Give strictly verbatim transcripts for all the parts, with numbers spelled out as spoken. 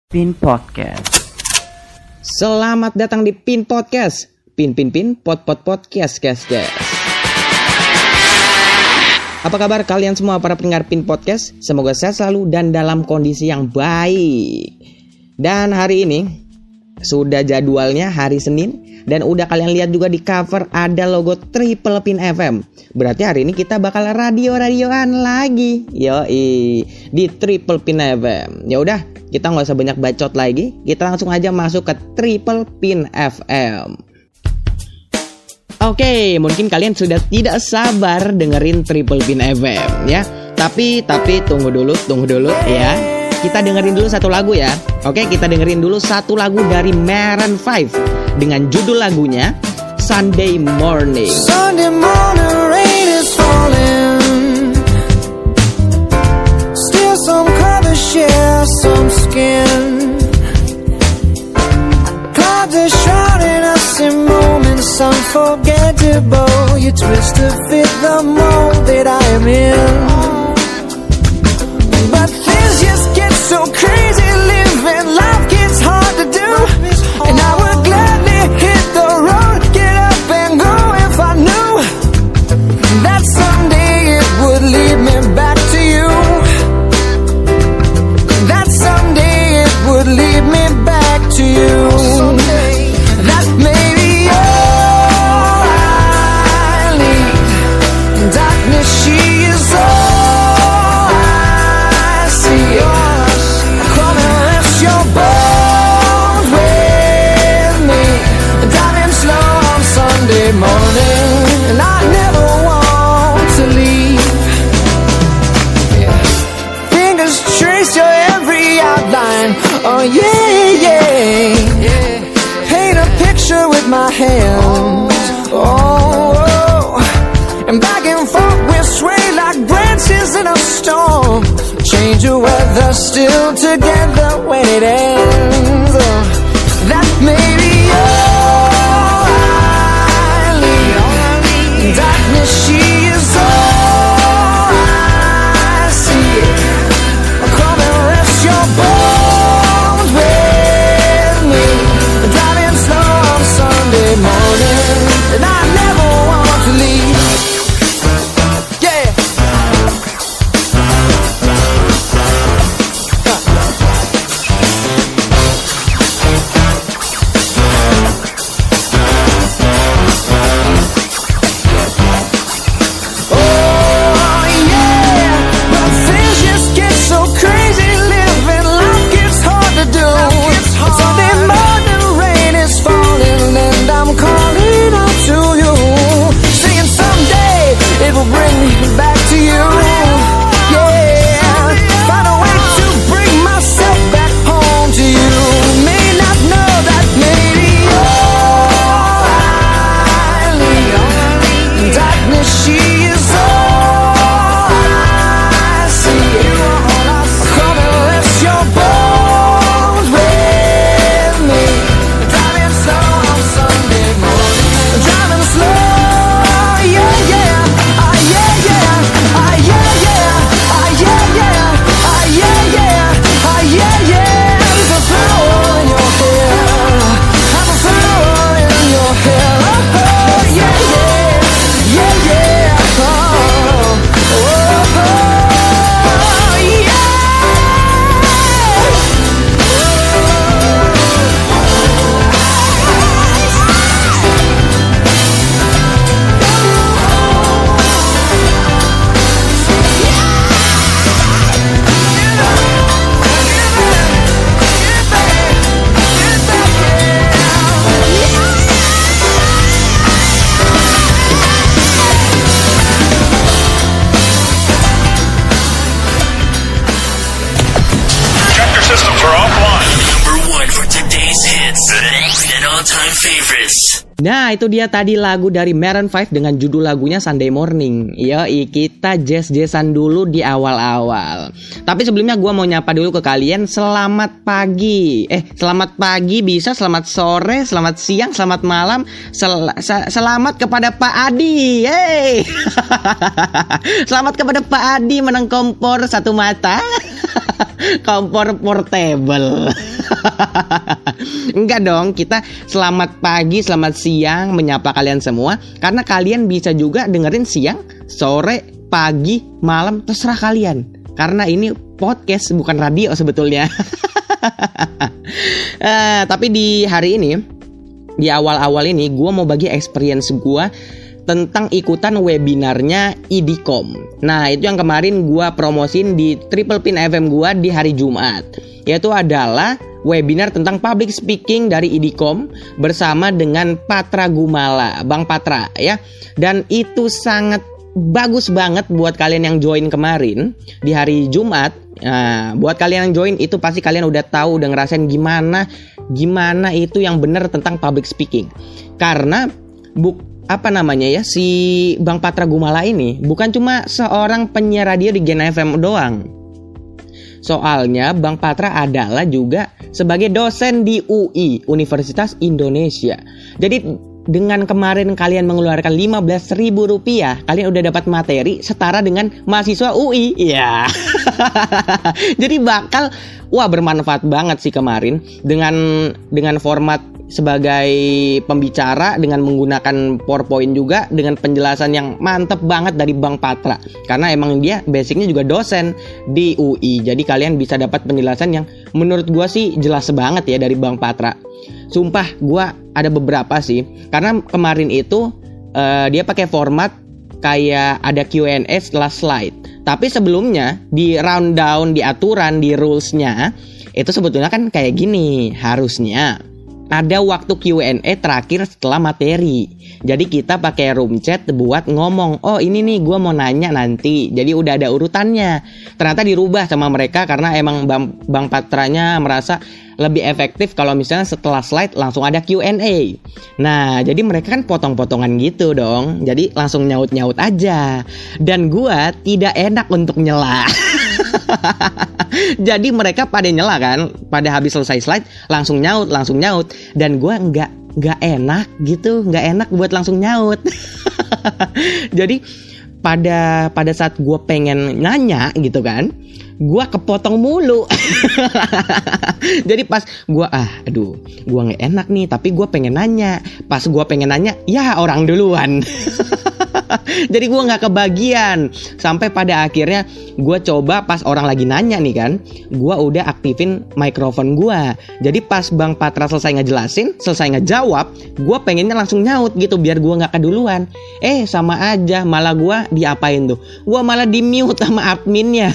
Pin Podcast. Selamat datang di Pin Podcast. Pin Pin Pin Pod Pod Podcast, guys, guys. Apa kabar kalian semua para pendengar Pin Podcast? Semoga sehat selalu dan dalam kondisi yang baik. Dan hari ini sudah jadwalnya hari Senin. Dan udah kalian lihat juga di cover ada logo Triple Pin F M. Berarti hari ini kita bakal radio-radioan lagi. Yoi, di Triple Pin F M. Ya udah, kita nggak usah banyak bacot lagi. Kita langsung aja masuk ke Triple Pin F M. Oke, mungkin kalian sudah tidak sabar dengerin Triple Pin F M ya. Tapi tapi tunggu dulu, tunggu dulu ya. Kita dengerin dulu satu lagu ya. Oke, kita dengerin dulu satu lagu dari Maroon five dengan judul lagunya Sunday Morning. Sunday morning rain is falling. Still some colors share some skin. Clouds are shrouding us in moments unforgettable. You twist to fit the mold that I am in. But things just get so crazy, living life gets hard to do. And I would gladly hit the road, get up and go if I knew that someday it would lead me back to you. That someday it would lead me back to you. That maybe all I need. Darkness, she is all I see. Come and rest your bones with me, driving slow on Sunday morning, and I never want to leave. Yeah. Fingers trace your every outline. Oh yeah, yeah, yeah. Paint a picture with my hands. Oh, oh. And back and forth we sway like branches in a storm. Change the weather, still together when it ends. Oh, that may be all I need. Darkness, she is all I see. Come and rest your bones with me, driving slow on Sunday morning, and I never want to leave. Yeah. Nah, itu dia tadi lagu dari Maroon five dengan judul lagunya Sunday Morning. Yoi, kita jazz-jazzan dulu di awal-awal. Tapi sebelumnya gue mau nyapa dulu ke kalian. Selamat pagi. Eh, selamat pagi bisa, selamat sore, selamat siang, selamat malam. Sel- sa- selamat kepada Pak Adi. Yeay. Selamat kepada Pak Adi menang kompor satu mata. Kompor portable. Enggak dong, kita selamat pagi, selamat siang menyapa kalian semua. Karena kalian bisa juga dengerin siang, sore, pagi, malam, terserah kalian. Karena ini podcast bukan radio sebetulnya. uh, Tapi di hari ini, di awal-awal ini gue mau bagi experience gue tentang ikutan webinarnya Idicom. Nah, itu yang kemarin gue promosin di Triple Pin F M gue di hari Jumat. Yaitu adalah webinar tentang public speaking dari Idicom bersama dengan Patra Gumala, Bang Patra ya. Dan itu sangat bagus banget buat kalian yang join kemarin di hari Jumat. Nah, buat kalian yang join itu pasti kalian udah tahu, udah ngerasain gimana gimana itu yang benar tentang public speaking. Karena buk apa namanya ya, si Bang Patra Gumala ini bukan cuma seorang penyiar radio di Gen F M doang. Soalnya Bang Patra adalah juga sebagai dosen di U I, Universitas Indonesia. Jadi dengan kemarin kalian mengeluarkan lima belas ribu rupiah, kalian udah dapat materi setara dengan mahasiswa U I. Iya. Jadi bakal wah bermanfaat banget sih kemarin dengan dengan format sebagai pembicara dengan menggunakan PowerPoint juga dengan penjelasan yang mantep banget dari Bang Patra. Karena emang dia basicnya juga dosen di U I. Jadi kalian bisa dapat penjelasan yang menurut gua sih jelas banget ya dari Bang Patra. Sumpah gua ada beberapa sih. Karena kemarin itu uh, dia pakai format kayak ada Q and A setelah slide. Tapi sebelumnya di rundown, di aturan, di rulesnya itu sebetulnya kan kayak gini harusnya. Ada waktu Q and A terakhir setelah materi. Jadi kita pakai room chat buat ngomong, oh ini nih gue mau nanya nanti. Jadi udah ada urutannya. Ternyata dirubah sama mereka karena emang Bang, Bang Patranya merasa lebih efektif kalau misalnya setelah slide langsung ada Q and A. Nah jadi mereka kan potong-potongan gitu dong. Jadi langsung nyaut-nyaut aja. Dan gue tidak enak untuk nyela. Jadi mereka pada nyela kan, pada habis selesai slide langsung nyaut, langsung nyaut. Dan gue nggak nggak enak gitu, nggak enak buat langsung nyaut. Jadi pada pada saat gue pengen nanya gitu kan, gue kepotong mulu. Jadi pas gue ah aduh gue nggak enak nih, tapi gue pengen nanya. Pas gue pengen nanya ya orang duluan. Jadi gue gak kebagian. Sampai pada akhirnya gue coba pas orang lagi nanya nih kan, gue udah aktifin mikrofon gue. Jadi pas Bang Patra selesai ngejelasin, selesai ngejawab, gue pengennya langsung nyaut gitu biar gue gak keduluan. Eh sama aja, malah gue diapain tuh, gue malah di mute sama adminnya.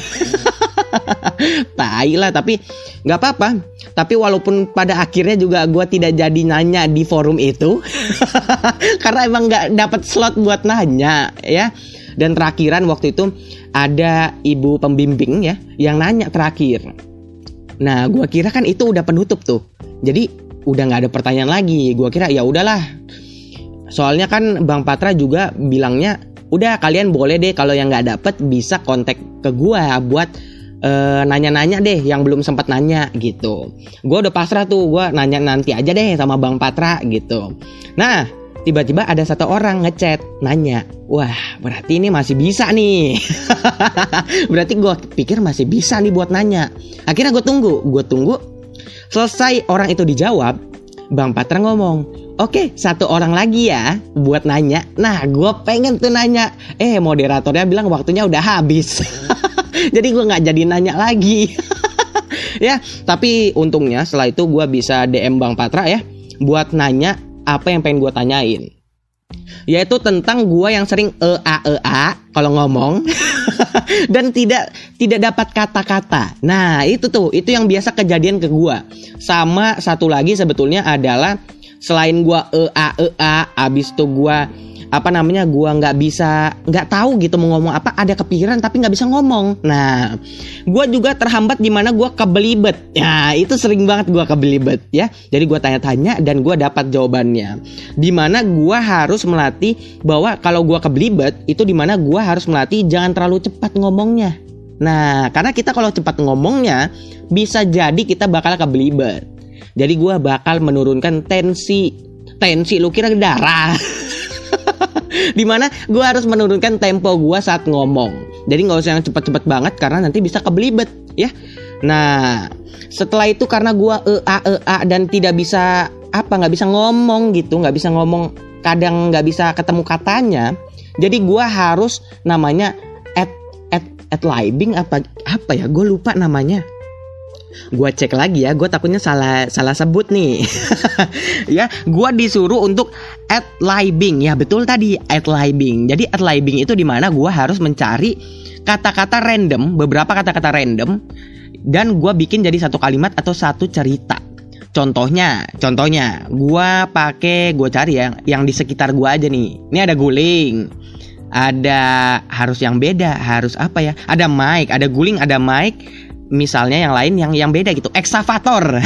Tai lah, tapi gak apa-apa. Tapi walaupun pada akhirnya juga gue tidak jadi nanya di forum itu. Karena emang gak dapet slot buat nanya ya. Dan terakhiran waktu itu ada ibu pembimbing ya yang nanya terakhir. Nah gue kira kan itu udah penutup tuh. Jadi udah gak ada pertanyaan lagi. Gue kira ya udahlah. Soalnya kan Bang Patra juga bilangnya udah kalian boleh deh kalau yang gak dapet bisa kontak ke gue buat Uh, nanya-nanya deh yang belum sempat nanya gitu. Gue udah pasrah tuh, gue nanya nanti aja deh sama Bang Patra gitu. Nah tiba-tiba ada satu orang ngechat nanya, wah berarti ini masih bisa nih. Berarti gue pikir masih bisa nih buat nanya. Akhirnya gue tunggu, gue tunggu selesai orang itu dijawab. Bang Patra ngomong, oke satu orang lagi ya buat nanya. Nah gue pengen tuh nanya, eh moderatornya bilang waktunya udah habis. Jadi gue gak jadi nanya lagi. Ya, tapi untungnya setelah itu gue bisa D M Bang Patra ya buat nanya apa yang pengen gue tanyain. Yaitu tentang gue yang sering e a e a kalau ngomong. Dan tidak tidak dapat kata-kata. Nah itu tuh, itu yang biasa kejadian ke gue. Sama satu lagi sebetulnya adalah selain gue e a e a, abis itu gue apa namanya gue nggak bisa nggak tahu gitu mau ngomong apa, ada kepikiran tapi nggak bisa ngomong. Nah gue juga terhambat di mana gue kebelibet. Ya itu sering banget gue kebelibet ya. Jadi gue tanya-tanya dan gue dapat jawabannya. Di mana gue harus melatih bahwa kalau gue kebelibet itu di mana gue harus melatih jangan terlalu cepat ngomongnya. Nah karena kita kalau cepat ngomongnya bisa jadi kita bakal kebelibet. Jadi gue bakal menurunkan tensi tensi lu kira darah. Dimana gue harus menurunkan tempo gue saat ngomong. Jadi gak usah yang cepet-cepet banget karena nanti bisa kebelibet. ya. Nah, setelah itu karena gue e a e a dan tidak bisa apa nggak bisa ngomong gitu, nggak bisa ngomong, kadang nggak bisa ketemu katanya, jadi gue harus namanya ad ad ad-libbing apa apa ya, gue lupa namanya. Gue cek lagi ya, gue takutnya salah salah sebut nih. Ya, gue disuruh untuk ad-libbing. Ya betul tadi, ad-libbing. Jadi ad-libbing itu dimana gue harus mencari kata-kata random, beberapa kata-kata random, dan gue bikin jadi satu kalimat atau satu cerita. Contohnya, contohnya, gue pakai, gue cari ya, yang di sekitar gue aja nih. Ini ada guling, ada harus yang beda, harus apa ya? Ada mic, ada guling, ada mic. Misalnya yang lain yang yang beda gitu, eksavator.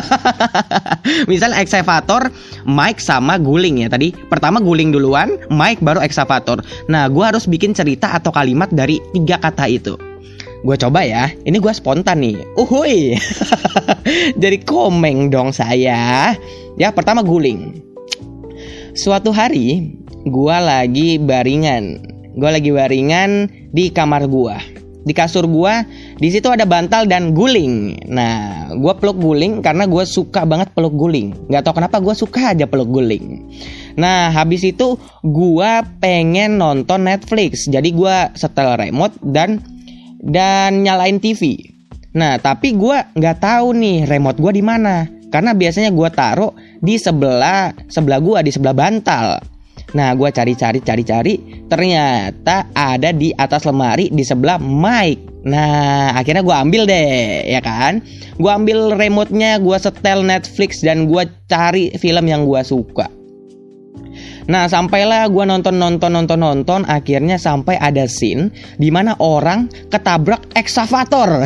Misal eksavator, mic sama guling ya. Tadi pertama guling duluan, mic baru eksavator. Nah, gue harus bikin cerita atau kalimat dari tiga kata itu. Gue coba ya, ini gue spontan nih. Uhuy. Jadi komeng dong saya. Ya, pertama guling. Suatu hari gue lagi baringan, gue lagi baringan di kamar gue. Di kasur gue, di situ ada bantal dan guling. Nah, gue peluk guling karena gue suka banget peluk guling. Gak tau kenapa gue suka aja peluk guling. Nah, habis itu gue pengen nonton Netflix. Jadi gue setel remote dan dan nyalain T V. Nah, tapi gue nggak tahu nih remote gue di mana. Karena biasanya gue taruh di sebelah sebelah gue, di sebelah bantal. Nah, gue cari-cari, cari-cari, ternyata ada di atas lemari di sebelah mic. Nah, akhirnya gue ambil deh, ya kan? Gue ambil remote-nya, gue setel Netflix, dan gue cari film yang gue suka. Nah, sampailah gue nonton, nonton, nonton, nonton, akhirnya sampai ada scene di mana orang ketabrak eksavator.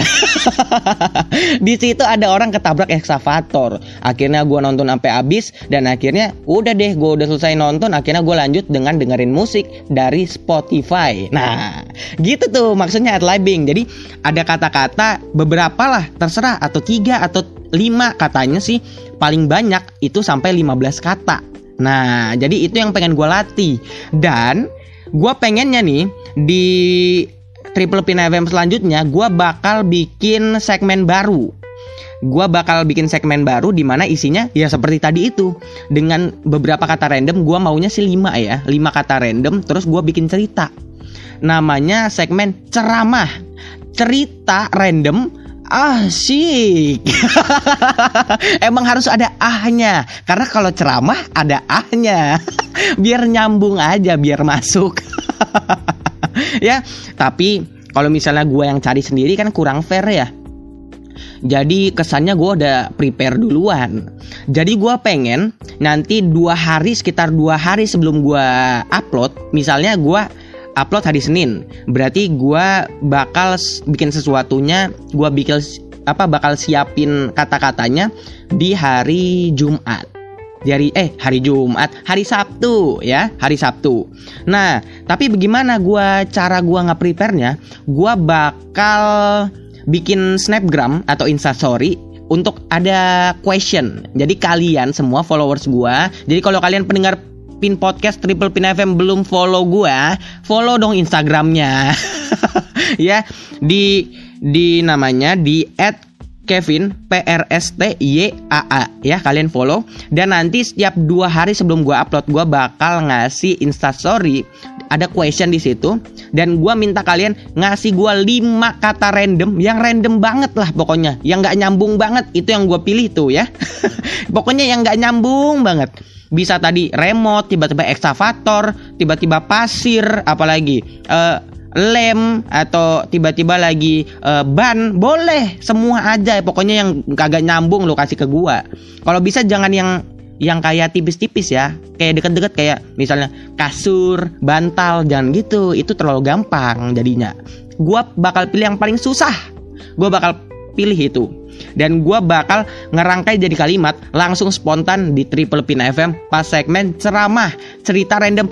Di situ ada orang ketabrak eksavator. Akhirnya gue nonton sampai habis dan akhirnya udah deh, gue udah selesai nonton. Akhirnya gue lanjut dengan dengerin musik dari Spotify. Nah, gitu tuh maksudnya ad-libbing. Jadi ada kata-kata beberapa lah, terserah, atau tiga atau lima katanya sih, paling banyak itu sampai lima belas kata. Nah, jadi itu yang pengen gue latih. Dan gue pengennya nih di Triple Pin F M selanjutnya gue bakal bikin segmen baru. Gue bakal bikin segmen baru di mana isinya ya seperti tadi itu, dengan beberapa kata random. Gue maunya sih lima ya, lima kata random. Terus gue bikin cerita. Namanya segmen ceramah. Cerita random. Asyik. Emang harus ada ahnya, karena kalau ceramah ada ahnya. Biar nyambung aja, biar masuk. Ya, tapi kalau misalnya gue yang cari sendiri kan kurang fair ya. Jadi kesannya gue udah prepare duluan. Jadi gue pengen nanti dua hari, sekitar dua hari sebelum gue upload. Misalnya gue upload hari Senin, berarti gue bakal bikin sesuatunya, gue bikin apa, bakal siapin kata-katanya di hari Jumat, di hari eh hari Jumat, hari Sabtu ya, hari Sabtu. Nah, tapi bagaimana gue cara gue nge-prepare-nya? Gue bakal bikin snapgram atau instastory untuk ada question. Jadi kalian semua followers gue, jadi kalau kalian pendengar Pin Podcast Triple Pin F M belum follow gua, follow dong Instagramnya. Ya, di di namanya di et kevin p r s t y a a ya, kalian follow. Dan nanti setiap dua hari sebelum gua upload, gua bakal ngasih instastory, ada question di situ, dan gua minta kalian ngasih gua lima kata random, yang random banget lah pokoknya, yang nggak nyambung banget, itu yang gua pilih tuh ya. Pokoknya yang nggak nyambung banget. Bisa tadi remote, tiba-tiba eksavator, tiba-tiba pasir, apalagi uh, lem, atau tiba-tiba lagi uh, ban, boleh semua aja. Pokoknya yang kagak nyambung lo kasih ke gua. Kalau bisa jangan yang yang kayak tipis-tipis ya, kayak deket-deket, kayak misalnya kasur, bantal, jangan gitu. Itu terlalu gampang jadinya. Gua bakal pilih yang paling susah. Gua bakal pilih itu. Dan gue bakal ngerangkai jadi kalimat langsung spontan di Triple Pin F M pas segmen ceramah, cerita random.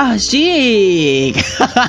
Asyik.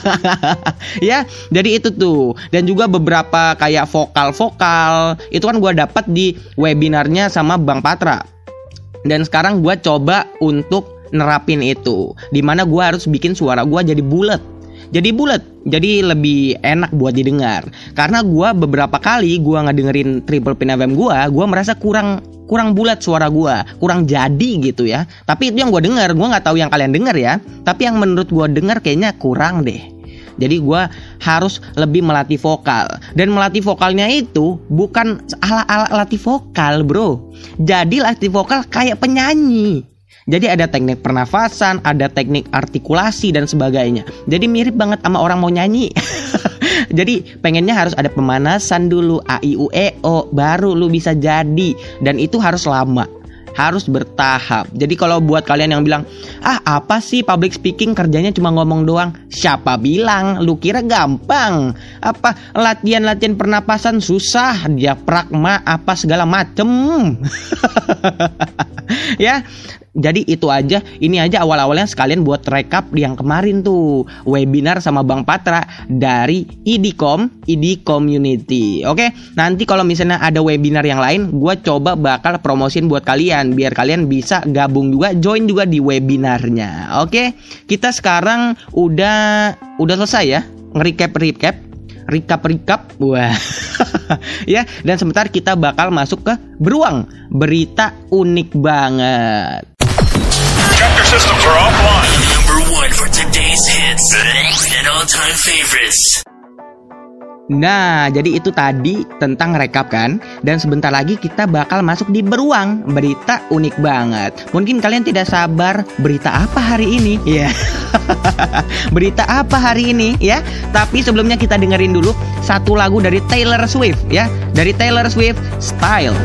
Ya, jadi itu tuh. Dan juga beberapa kayak vokal-vokal itu kan gue dapat di webinarnya sama Bang Patra. Dan sekarang gue coba untuk nerapin itu, dimana gue harus bikin suara gue jadi bulat. jadi bulat, jadi lebih enak buat didengar. Karena gue beberapa kali gue ngedengerin Triple Pin F M gue, gue merasa kurang kurang bulat suara gue, kurang jadi gitu ya. Tapi itu yang gue dengar, gue nggak tahu yang kalian dengar ya. Tapi yang menurut gue dengar kayaknya kurang deh. Jadi gue harus lebih melatih vokal. Dan melatih vokalnya itu bukan ala-ala latih vokal bro. Jadi latih vokal kayak penyanyi. Jadi ada teknik pernafasan, ada teknik artikulasi dan sebagainya. Jadi mirip banget sama orang mau nyanyi. Jadi pengennya harus ada pemanasan dulu, A I U E O, baru lu bisa jadi. Dan itu harus lama, harus bertahap. Jadi kalau buat kalian yang bilang, ah apa sih public speaking kerjanya cuma ngomong doang, siapa bilang? Lu kira gampang? Apa latihan-latihan pernapasan susah, diafragma apa segala macem. Ya, jadi itu aja, ini aja awal-awalnya sekalian buat rekap yang kemarin tuh webinar sama Bang Patra dari I D Com, I D Community. Oke, nanti kalau misalnya ada webinar yang lain, gue coba bakal promosin buat kalian biar kalian bisa gabung juga, join juga di webinarnya. Oke, kita sekarang udah udah selesai ya, nge-recap recap, recap recap, wah. Ya, dan sebentar kita bakal masuk ke beruang, berita unik banget. Chapter systems are offline. Number one for today's hits and all-time favorites. Nah, jadi itu tadi tentang rekap kan. Dan sebentar lagi kita bakal masuk di beruang, berita unik banget. Mungkin kalian tidak sabar, berita apa hari ini? Ya, yeah. Berita apa hari ini ya? Tapi sebelumnya kita dengerin dulu satu lagu dari Taylor Swift ya. Dari Taylor Swift, Styles.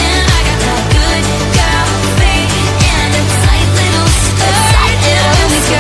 Good girl, fake, and a tight little skirt.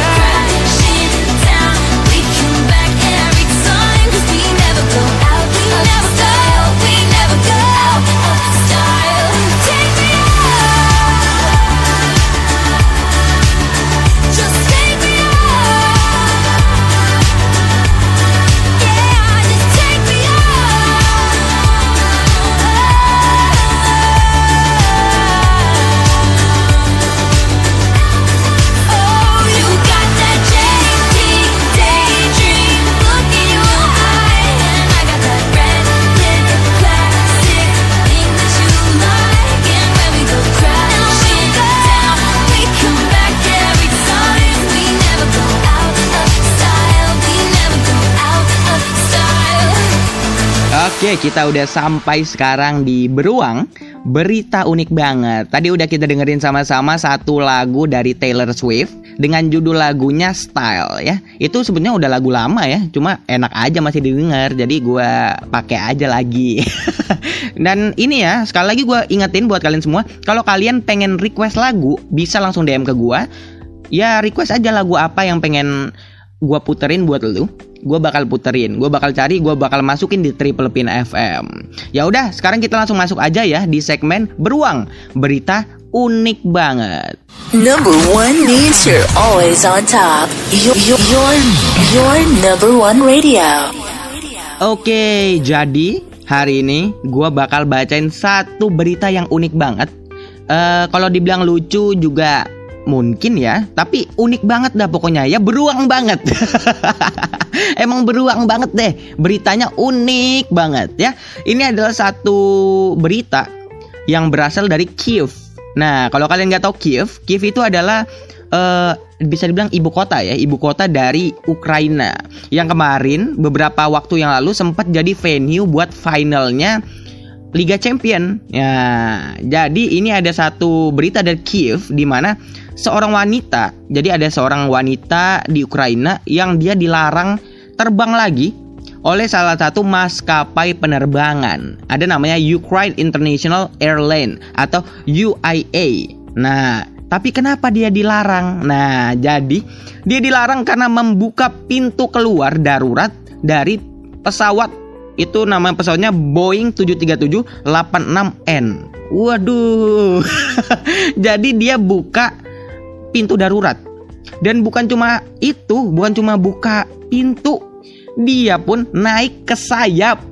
Oke, kita udah sampai sekarang di Beruang. Berita unik banget. Tadi udah kita dengerin sama-sama satu lagu dari Taylor Swift dengan judul lagunya Style ya. Itu sebenarnya udah lagu lama ya, cuma enak aja masih didengar. Jadi gue pakai aja lagi. Dan ini ya, sekali lagi gue ingetin buat kalian semua, kalau kalian pengen request lagu, bisa langsung D M ke gue. Ya request aja lagu apa yang pengen gue puterin buat lu. Gue bakal puterin, gue bakal cari, gue bakal masukin di Triple Pin F M. Ya udah, sekarang kita langsung masuk aja ya di segmen Beruang, berita unik banget. Number one means you're always on top. Your your your number one radio. Oke, jadi hari ini gue bakal bacain satu berita yang unik banget. Uh, kalau dibilang lucu juga mungkin ya, tapi unik banget dah pokoknya ya, beruang banget. Emang beruang banget deh, beritanya unik banget ya. Ini adalah satu berita yang berasal dari Kiev. Nah, kalau kalian nggak tahu Kiev, Kiev itu adalah uh, bisa dibilang ibu kota ya, ibu kota dari Ukraina. Yang kemarin beberapa waktu yang lalu sempat jadi venue buat finalnya Liga Champion. Ya, jadi ini ada satu berita dari Kiev di mana seorang wanita, jadi ada seorang wanita di Ukraina yang dia dilarang terbang lagi oleh salah satu maskapai penerbangan. Ada namanya Ukraine International Airlines atau U I A. Nah, tapi kenapa dia dilarang? Nah, jadi dia dilarang karena membuka pintu keluar darurat dari pesawat. Itu nama pesawatnya Boeing tujuh tiga tujuh delapan enam N. Waduh. Jadi dia buka pintu darurat. Dan bukan cuma itu, bukan cuma buka pintu, dia pun naik ke sayap.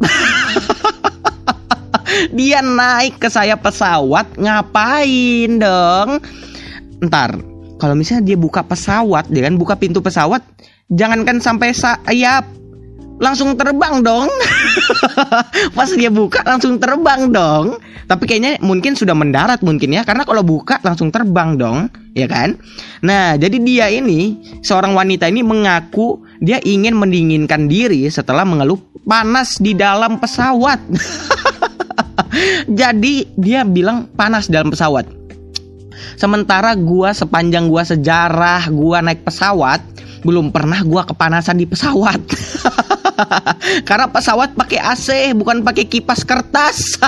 Dia naik ke sayap pesawat. Ngapain dong? Ntar, kalau misalnya dia buka pesawat, dia kan buka pintu pesawat, jangankan sampai sayap, langsung terbang dong. Pas dia buka langsung terbang dong. Tapi kayaknya mungkin sudah mendarat mungkin ya, karena kalau buka langsung terbang dong, ya kan? Nah, jadi dia ini, seorang wanita ini mengaku dia ingin mendinginkan diri setelah mengeluh panas di dalam pesawat. Jadi dia bilang panas dalam pesawat. Sementara gua sepanjang gua sejarah gua naik pesawat, belum pernah gua kepanasan di pesawat. Karena pesawat pakai A C, bukan pakai kipas kertas.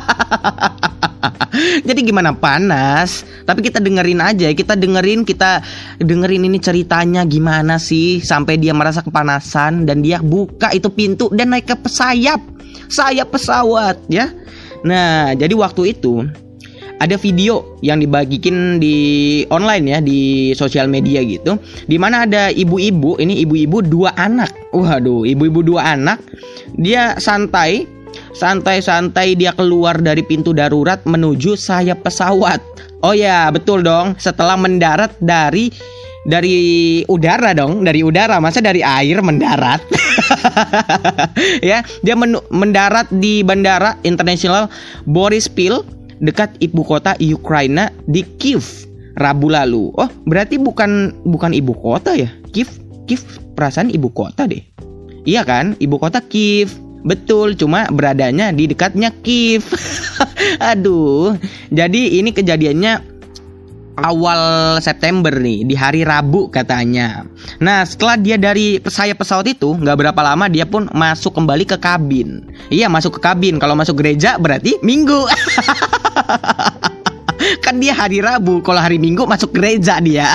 Jadi gimana panas? Tapi kita dengerin aja, kita dengerin, kita dengerin ini ceritanya gimana sih sampai dia merasa kepanasan dan dia buka itu pintu dan naik ke sayap, sayap pesawat ya. Nah, jadi waktu itu ada video yang dibagikan di online ya, di sosial media gitu, di mana ada ibu-ibu, ini ibu-ibu dua anak. Waduh, ibu-ibu dua anak, dia santai, santai-santai dia keluar dari pintu darurat menuju sayap pesawat. Oh ya, betul dong, setelah mendarat dari dari udara dong, dari udara, masa dari air mendarat. Ya, dia men- mendarat di Bandara Internasional Boryspil dekat ibu kota Ukraina di Kiev Rabu lalu. Oh, berarti bukan bukan ibu kota ya? Kiev, Kiev perasaan ibu kota deh. Iya kan? Ibu kota Kiev. Betul, cuma beradanya di dekatnya Kiev. Aduh. Jadi ini kejadiannya awal September nih, di hari Rabu katanya. Nah, setelah dia dari sayap pesawat itu, nggak berapa lama dia pun masuk kembali ke kabin. Iya, masuk ke kabin. Kalau masuk gereja berarti Minggu. Kan dia hari Rabu, kalau hari Minggu masuk gereja dia.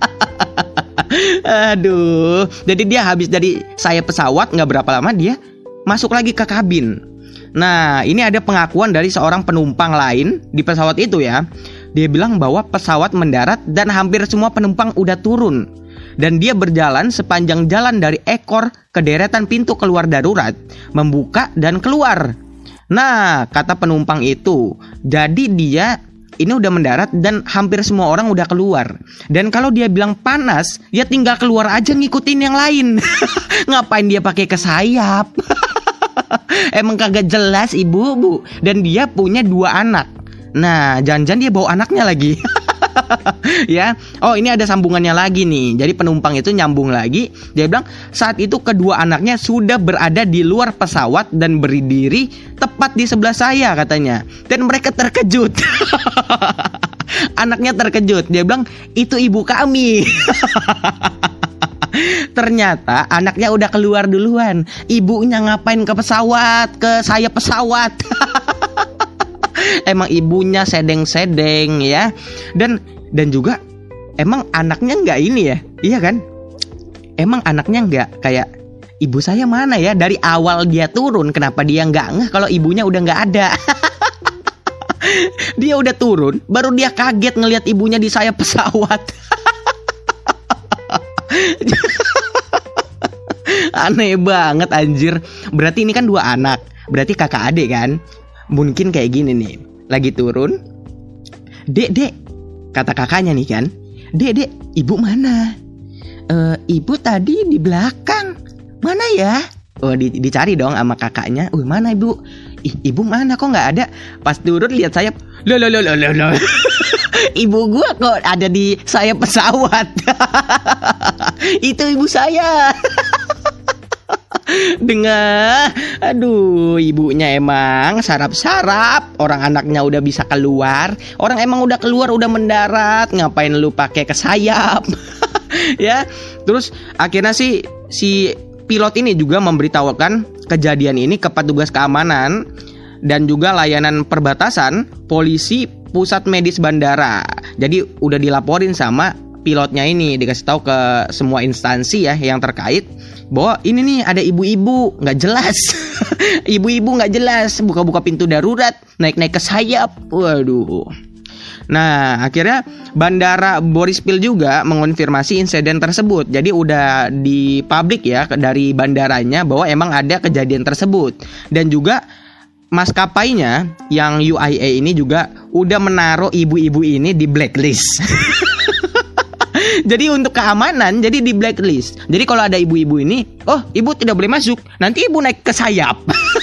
Aduh. Jadi dia habis dari sayap pesawat, nggak berapa lama dia masuk lagi ke kabin. Nah, ini ada pengakuan dari seorang penumpang lain di pesawat itu ya. Dia bilang bahwa pesawat mendarat dan hampir semua penumpang udah turun. Dan dia berjalan sepanjang jalan dari ekor ke deretan pintu keluar darurat, membuka dan keluar. Nah, kata penumpang itu, jadi dia ini udah mendarat dan hampir semua orang udah keluar. Dan kalau dia bilang panas, ya tinggal keluar aja ngikutin yang lain. Ngapain dia pakai ke sayap? Emang kagak jelas ibu, bu. Dan dia punya dua anak. Nah, jangan-jangan dia bawa anaknya lagi. Ya, oh ini ada sambungannya lagi nih. Jadi penumpang itu nyambung lagi. Dia bilang saat itu kedua anaknya sudah berada di luar pesawat dan berdiri tepat di sebelah saya katanya. Dan mereka terkejut. Anaknya terkejut. Dia bilang itu ibu kami. Ternyata anaknya udah keluar duluan. Ibunya ngapain ke pesawat, ke sayap pesawat. Emang ibunya sedeng-sedeng ya. Dan dan juga emang anaknya nggak ini ya, iya kan? Emang anaknya nggak kayak ibu saya mana ya? Dari awal dia turun, kenapa dia nggak ngeh kalau ibunya udah nggak ada? Dia udah turun, baru dia kaget ngelihat ibunya di sayap pesawat. Aneh banget anjir. Berarti ini kan dua anak, berarti kakak adik kan? Mungkin kayak gini nih, lagi turun, dek dek, kata kakaknya nih kan, dek dek, ibu mana? E, ibu tadi di belakang, mana ya? Oh di, dicari dong sama kakaknya. Uh mana ibu? Ih, ibu mana kok nggak ada? Pas turun lihat sayap, lo lo lo lo lo. Ibu gua kok ada di sayap pesawat. Itu ibu saya. Dengar, aduh ibunya emang sarap-sarap. Orang anaknya udah bisa keluar, orang emang udah keluar udah mendarat, ngapain lu pakai ke sayap? Ya, terus akhirnya sih si pilot ini juga memberitahukan kejadian ini ke petugas keamanan dan juga layanan perbatasan polisi pusat medis bandara. Jadi udah dilaporin sama pilotnya ini, dikasih tahu ke semua instansi ya yang terkait bahwa ini nih ada ibu-ibu nggak jelas. Ibu-ibu nggak jelas buka-buka pintu darurat, naik-naik ke sayap. Waduh. Nah akhirnya Bandara Boryspil juga mengonfirmasi insiden tersebut. Jadi udah di publik ya dari bandaranya bahwa emang ada kejadian tersebut. Dan juga maskapainya yang U I A ini juga udah menaruh ibu-ibu ini di blacklist. Jadi untuk keamanan, jadi di blacklist. Jadi kalau ada ibu-ibu ini, oh ibu tidak boleh masuk, nanti ibu naik ke sayap.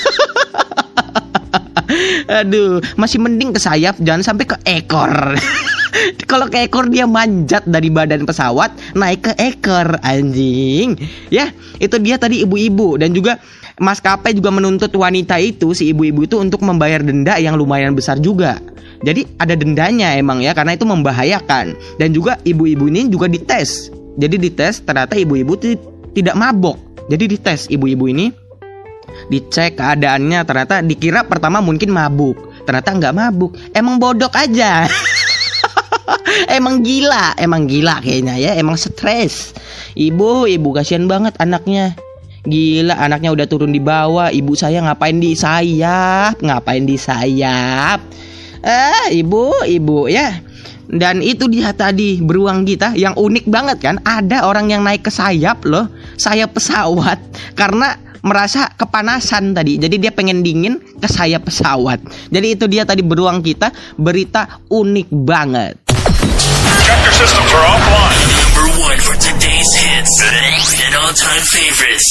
Aduh, masih mending ke sayap, jangan sampai ke ekor. Kalau ke ekor dia manjat dari badan pesawat, naik ke ekor, anjing. Ya, itu dia tadi ibu-ibu. Dan juga maskapai juga menuntut wanita itu, si ibu-ibu itu untuk membayar denda yang lumayan besar juga. Jadi ada dendanya emang ya, karena itu membahayakan. Dan juga ibu-ibu ini juga dites. Jadi dites ternyata ibu-ibu t- tidak mabok. Jadi dites ibu-ibu ini, dicek keadaannya, ternyata dikira pertama mungkin mabuk, ternyata nggak mabuk, emang bodok aja. Emang gila, emang gila kayaknya ya, emang stres. Ibu, ibu kasihan banget anaknya. Gila, anaknya udah turun di bawah, ibu saya ngapain di sayap, ngapain di sayap. Ah, ibu, ibu ya. Dan itu dia tadi beruang kita yang unik banget kan. Ada orang yang naik ke sayap loh, sayap pesawat, karena merasa kepanasan tadi. Jadi dia pengen dingin ke sayap pesawat. Jadi itu dia tadi beruang kita, berita unik banget. Chapter systems are offline. Number one for today's hits and all-time favorites.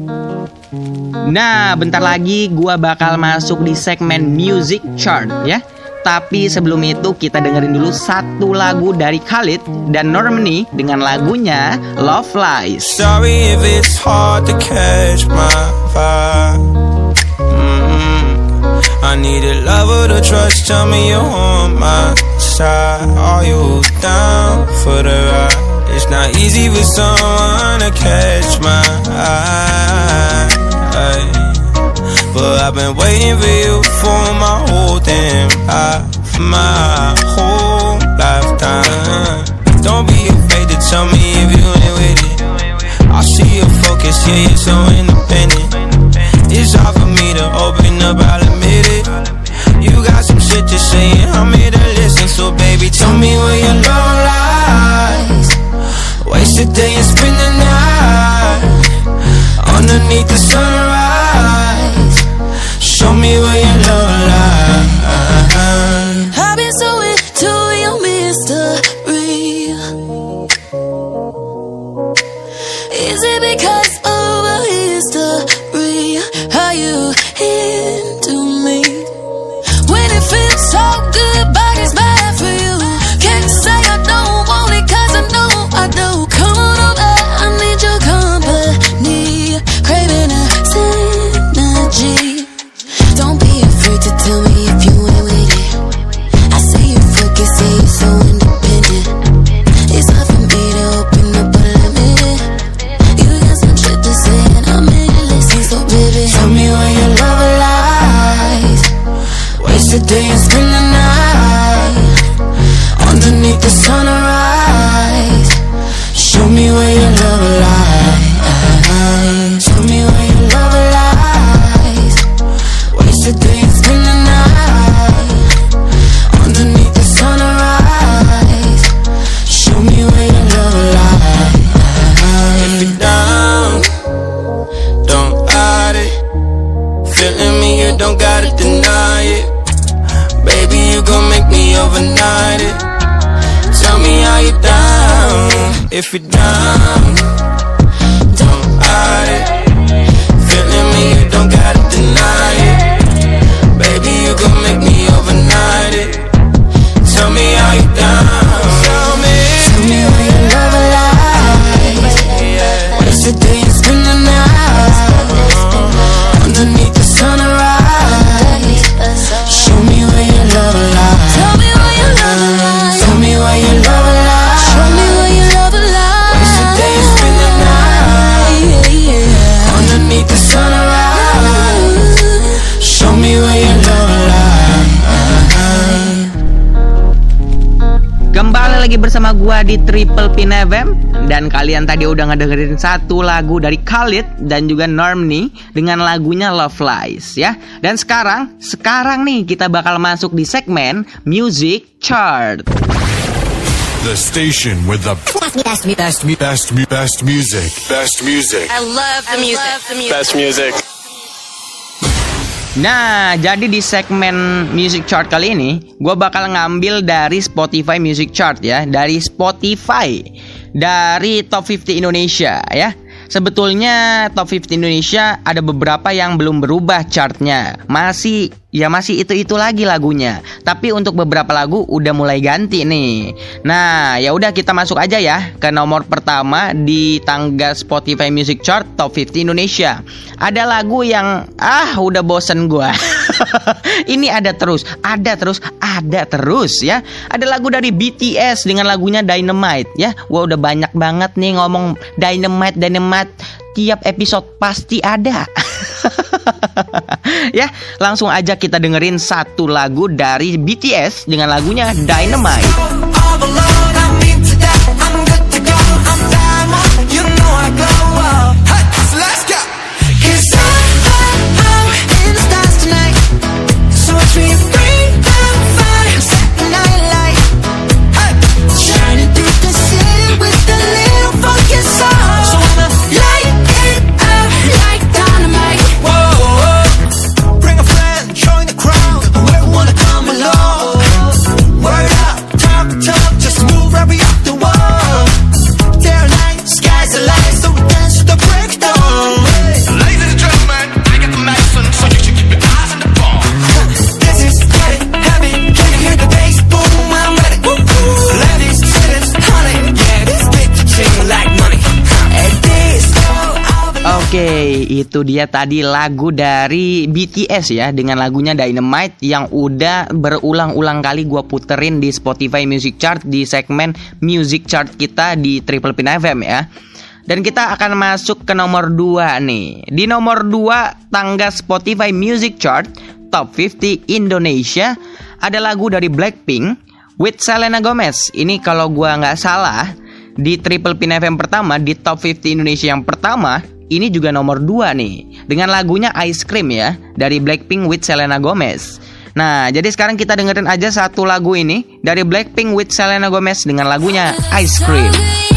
Nah, bentar lagi gua bakal masuk di segmen Music Chart ya. Tapi sebelum itu kita dengerin dulu satu lagu dari Khalid dan Normani dengan lagunya Love Lies. Sorry if it's hard to catch my vibe. Mm-hmm. I need a lover to trust. Tell me you're on my side. Are you down for the ride? It's not easy for someone to catch my eye. But I've been waiting for you for my whole damn life, my whole lifetime. Don't be afraid to tell me if you ain't with it. I see your focus, yeah, you're so independent. It's hard for me to open up, I'll admit it. You got some shit to say and I'm here to listen. So baby, tell me where your love lies. Waste a day and spend the night underneath the sunrise. Show me where your love lies. I've been so into your mystery. Is it because of a history? Are you into me? When it feels so good, but it's bad for you. Can't say I Feeling me, you don't gotta deny it. Baby, you gon' make me overnight it. Tell me how you down. If you're down, don't hide it. Feeling me, you don't gotta deny it. Baby, you gon' make me overnight it. Tell me how you down. Tell me, Tell me why your love alive. What's the day you spend the night underneath the sunrise? Show me where your love alive. Tell me why your love alive. Tell me why your love alive. Show me why your love alive. What's the day you spend the night underneath the sunrise? Show me where your love alive. Kembali lagi bersama gua di Triple Pin F M. Dan kalian tadi udah ngedengerin satu lagu dari Khalid dan juga Normani dengan lagunya Love Lies ya. Dan sekarang, sekarang nih kita bakal masuk di segmen Music Chart. The station with the best, best, best, best, best music. Best music. I love the music. Best music. Nah, jadi di segmen Music Chart kali ini gue bakal ngambil dari Spotify Music Chart ya. Dari Spotify, dari Top lima puluh Indonesia ya. Sebetulnya Top lima puluh Indonesia ada beberapa yang belum berubah chartnya. Masih, ya masih itu-itu lagi lagunya. Tapi untuk beberapa lagu udah mulai ganti nih. Nah, ya udah kita masuk aja ya ke nomor pertama di tangga Spotify Music Chart Top lima puluh Indonesia. Ada lagu yang ah udah bosen gua. Ini ada terus, ada terus, ada terus ya. Ada lagu dari B T S dengan lagunya Dynamite ya. Gua udah banyak banget nih ngomong Dynamite, Dynamite. Tiap episode pasti ada. Ya, langsung aja kita dengerin satu lagu dari B T S dengan lagunya Dynamite. Oke, itu dia tadi lagu dari B T S ya dengan lagunya Dynamite yang udah berulang-ulang kali gue puterin di Spotify Music Chart di segmen Music Chart kita di Triple Pin F M ya. Dan kita akan masuk ke nomor dua nih. Di nomor dua tangga Spotify Music Chart Top lima puluh Indonesia ada lagu dari Blackpink with Selena Gomez. Ini kalau gue nggak salah di Triple Pin F M pertama di Top lima puluh Indonesia yang pertama. Ini juga nomor dua nih dengan lagunya Ice Cream ya dari Blackpink with Selena Gomez. Nah, jadi sekarang kita dengerin aja satu lagu ini dari Blackpink with Selena Gomez dengan lagunya Ice Cream.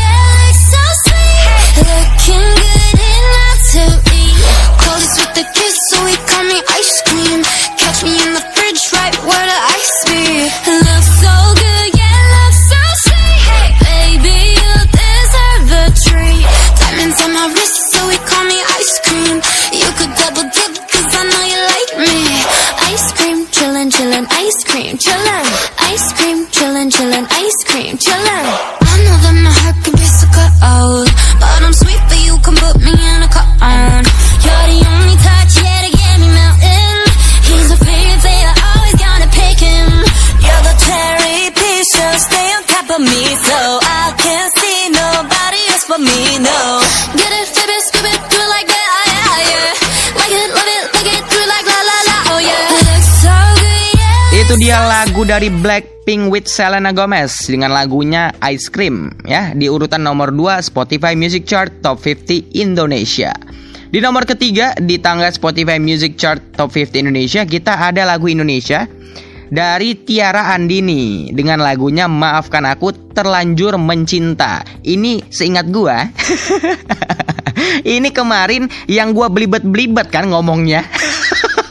Itu dia lagu dari Blackpink with Selena Gomez dengan lagunya Ice Cream ya di urutan nomor dua Spotify Music Chart Top lima puluh Indonesia. Di nomor ketiga di tangga Spotify Music Chart Top lima puluh Indonesia kita ada lagu Indonesia dari Tiara Andini dengan lagunya Maafkan Aku Terlanjur Mencinta. Ini seingat gua ini kemarin yang gua belibet-belibet kan ngomongnya.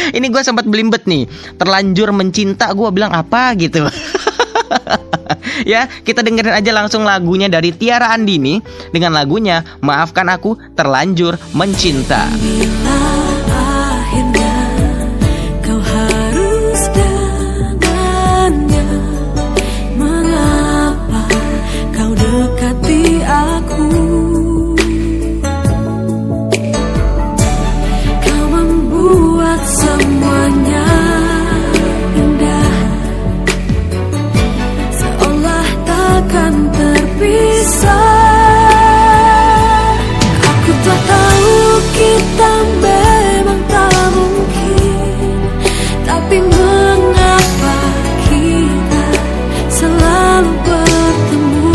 Ini gue sempat belimbet nih. Terlanjur mencinta, gue bilang apa gitu. Ya, kita dengerin aja langsung lagunya dari Tiara Andini dengan lagunya Maafkan Aku Terlanjur Mencinta. Akhirnya kau harus dengannya. Mengapa kau dekati aku? Kau membuat semuanya indah, seolah takkan terpisah. Aku tak tahu kita memang tak mungkin, tapi mengapa kita selalu bertemu?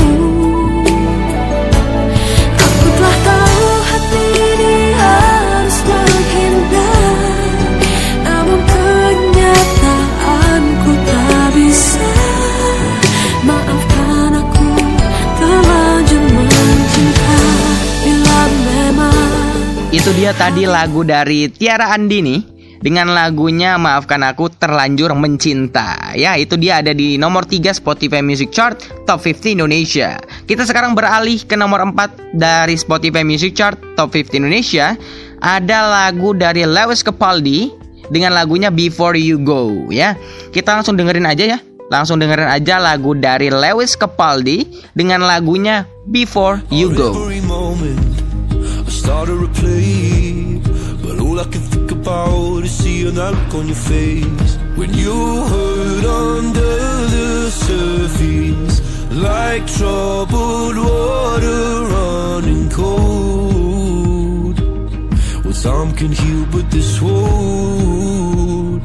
Aku telah tahu hati ini harus menghindar, namun kenyataanku tak bisa. Maafkan aku terlanjur mencinta bila memang. Itu dia tadi lagu dari Tiara Andini dengan lagunya Maafkan Aku Terlanjur Mencinta. Ya, itu dia ada di nomor tiga Spotify Music Chart Top lima puluh Indonesia. Kita sekarang beralih ke nomor empat dari Spotify Music Chart Top lima puluh Indonesia. Ada lagu dari Lewis Capaldi dengan lagunya Before You Go. Ya, kita langsung dengerin aja ya. Langsung dengerin aja lagu dari Lewis Capaldi dengan lagunya Before You Go. Every moment I started to play, but all I can think about is seeing that look on your face when you hurt under the surface, like troubled water running cold. Well, time can heal, but this won't.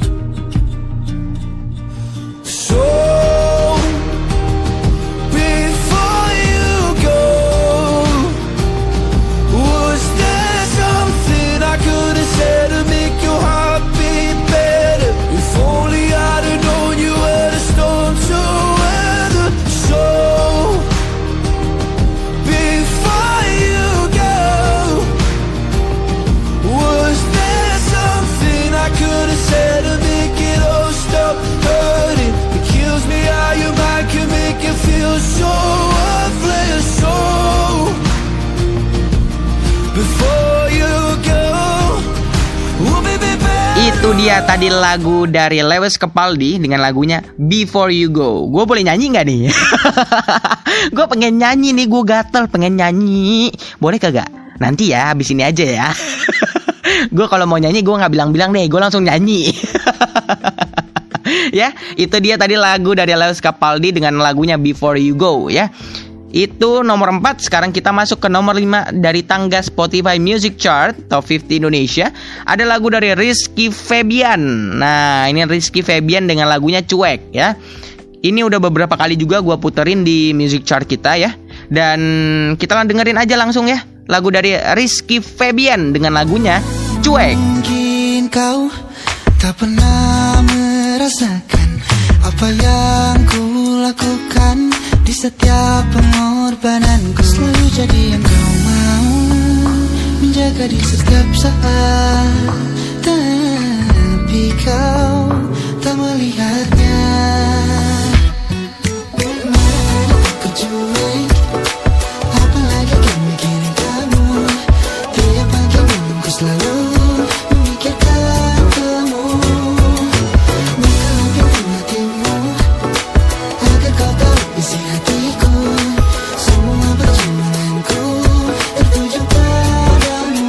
So before you go, was there something I could have said to make your heart beat better? If only I'd have known you were the storm to weather. So before you go, was there something I could have said to make it all stop hurting? It kills me how your mind can make you feel so worthless. So before you go, oh baby, baby. Itu dia tadi lagu dari Lewis Capaldi dengan lagunya Before You Go. Gue boleh nyanyi gak nih? Gue pengen nyanyi nih, gue gatel pengen nyanyi. Boleh kagak? Nanti ya, habis ini aja ya. Gue kalau mau nyanyi gue gak bilang-bilang deh, gue langsung nyanyi. Ya, itu dia tadi lagu dari Lewis Capaldi dengan lagunya Before You Go ya. Itu nomor empat. Sekarang kita masuk ke nomor lima dari tangga Spotify Music Chart Top lima puluh Indonesia. Ada lagu dari Rizky Febian. Nah, ini Rizky Febian dengan lagunya Cuek ya. Ini udah beberapa kali juga gue puterin di Music Chart kita ya. Dan kita dengerin aja langsung ya lagu dari Rizky Febian dengan lagunya Cuek. Mungkin kau tak pernah merasakan apa yang ku lakukan di setiap pengorbananku. Selalu jadi yang kau mau, menjaga di setiap saat, tapi kau tak melihatnya. Aku cuek, apalagi kan mikirin kamu. Tiap pagi minum ku selalu memikirkan kamu. Buka pintu hatimu agar kau tahu isi hatiku. Semua perjuanganku tertuju padamu.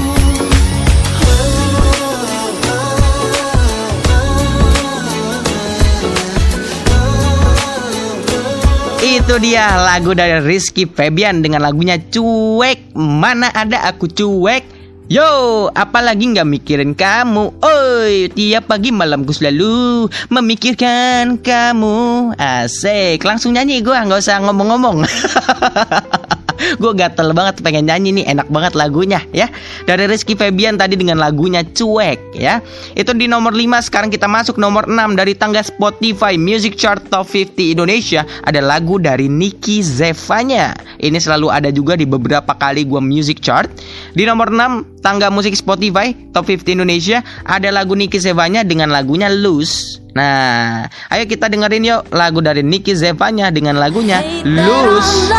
Itu dia lagu dari Rizky Febian dengan lagunya Cuek. Mana ada aku cuek. Yo, apalagi gak mikirin kamu. Oi, tiap pagi malamku selalu memikirkan kamu. Asik, langsung nyanyi gue, gak usah ngomong-ngomong. Gue gatel banget pengen nyanyi nih, enak banget lagunya ya. Dari Rizky Febian tadi dengan lagunya Cuek ya. Itu di nomor lima. Sekarang kita masuk nomor enam dari tangga Spotify Music Chart Top lima puluh Indonesia. Ada lagu dari Nicky Zevanya. Ini selalu ada juga di beberapa kali gue Music Chart. Di nomor enam tangga musik Spotify Top lima puluh Indonesia ada lagu Nicky Zevanya dengan lagunya Loose. Nah, ayo kita dengerin yuk lagu dari Nicky Zevanya dengan lagunya Loose.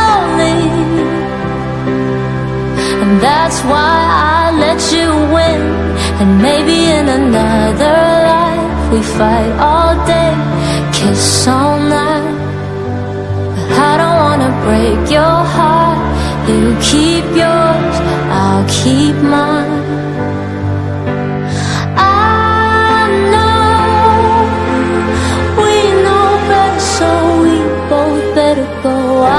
And that's why I let you win. And maybe in another life we fight all day, kiss all night. But I don't wanna break your heart. You keep yours, I'll keep mine. I know we know better, so we both better go.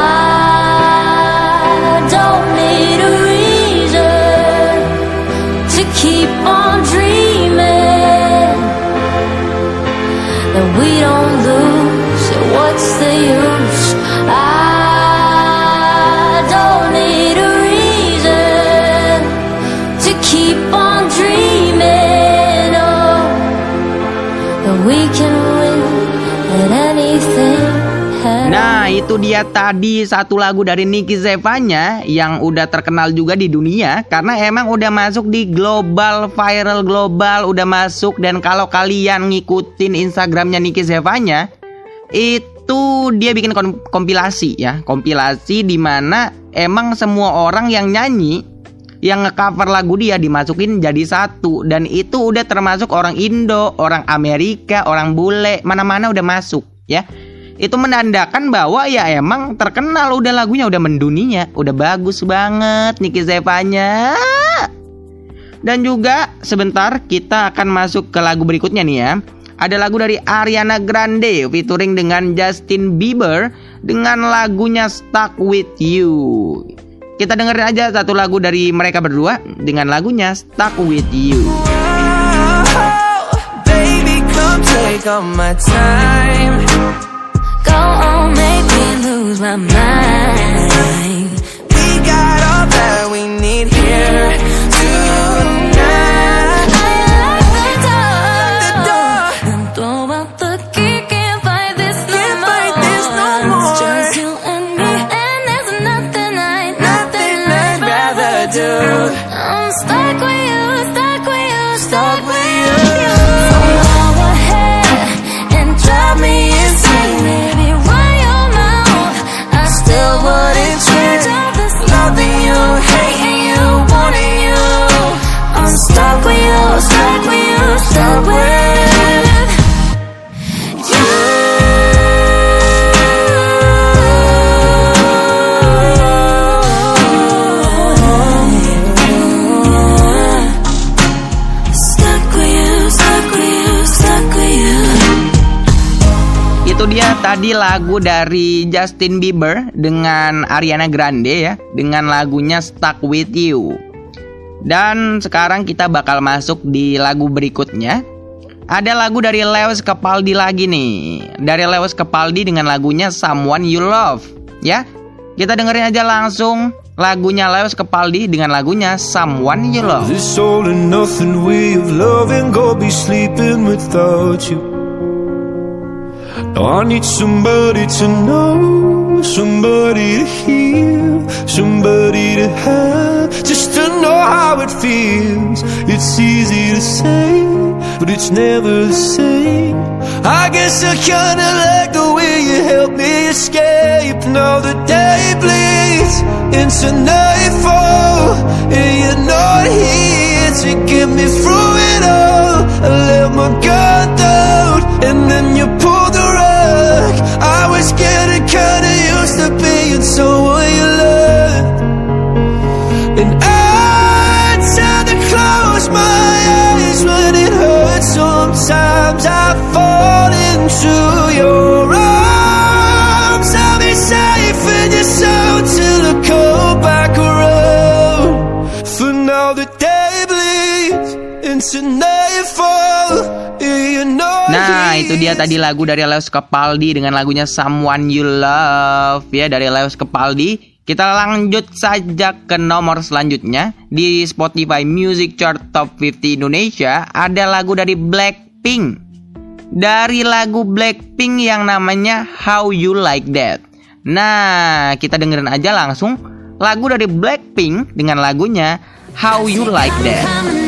I don't need a reason to keep on dreaming that we don't lose. So what's the use? I don't need a reason to keep on dreaming. Oh, that we can win at anything. Nah, itu dia tadi satu lagu dari Nicky Zevanya yang udah terkenal juga di dunia karena emang udah masuk di global, viral global, udah masuk. Dan kalau kalian ngikutin Instagramnya Nicky Zevanya, itu dia bikin kompilasi ya, kompilasi di mana emang semua orang yang nyanyi, yang nge-cover lagu dia dimasukin jadi satu. Dan itu udah termasuk orang Indo, orang Amerika, orang bule, mana-mana udah masuk ya. Itu menandakan bahwa ya emang terkenal, udah lagunya udah mendunia, udah bagus banget Nicky Zevanya. Dan juga sebentar kita akan masuk ke lagu berikutnya nih ya. Ada lagu dari Ariana Grande featuring dengan Justin Bieber dengan lagunya Stuck With You. Kita dengerin aja satu lagu dari mereka berdua dengan lagunya Stuck With You. Oh, baby, come take all my time. Go on, make me lose my mind. We got all that we need here tonight. I lock the door and throw out the key. Can't fight this no Can't more. fight this no more. It's just you and me, and there's nothing I, Nothing I'd rather do. I'm stuck with you, stuck with you, Stuck with you. So go ahead and drive me insane, baby. Run your mouth, I still wouldn't change. Loving you, hating you, wanting you. I'm stuck with you, stuck with you, stuck with you. Stuck with you, stuck with you, stuck with you. Itu dia tadi lagu dari Justin Bieber dengan Ariana Grande ya, dengan lagunya Stuck With You. Dan sekarang kita bakal masuk di lagu berikutnya. Ada lagu dari Lewis Capaldi lagi nih. Dari Lewis Capaldi dengan lagunya Someone You Love ya. Kita dengerin aja langsung lagunya Lewis Capaldi dengan lagunya Someone You Love. This all or nothing way of loving, go be sleeping without you. Now I need somebody to know, somebody to hear, somebody to have, just to know how it feels. It's easy to say, but it's never the same. I guess I kinda like the way you help me escape. Now the day bleeds into nightfall, and you're not here to get me through it all. I let my guard down, and then you pulled the rug. I was getting kinda used to being someone you loved, and I tend to close my eyes when it hurts. Sometimes I fall into your arms. I'll be safe in your soul till I come back around. For now the day bleeds into nightfall. Nah, itu dia tadi lagu dari Lewis Capaldi dengan lagunya Someone You Love ya, dari Lewis Capaldi. Kita lanjut saja ke nomor selanjutnya. Di Spotify Music Chart Top lima puluh Indonesia ada lagu dari Blackpink. Dari lagu Blackpink yang namanya How You Like That. Nah, kita dengerin aja langsung lagu dari Blackpink dengan lagunya How You Like That.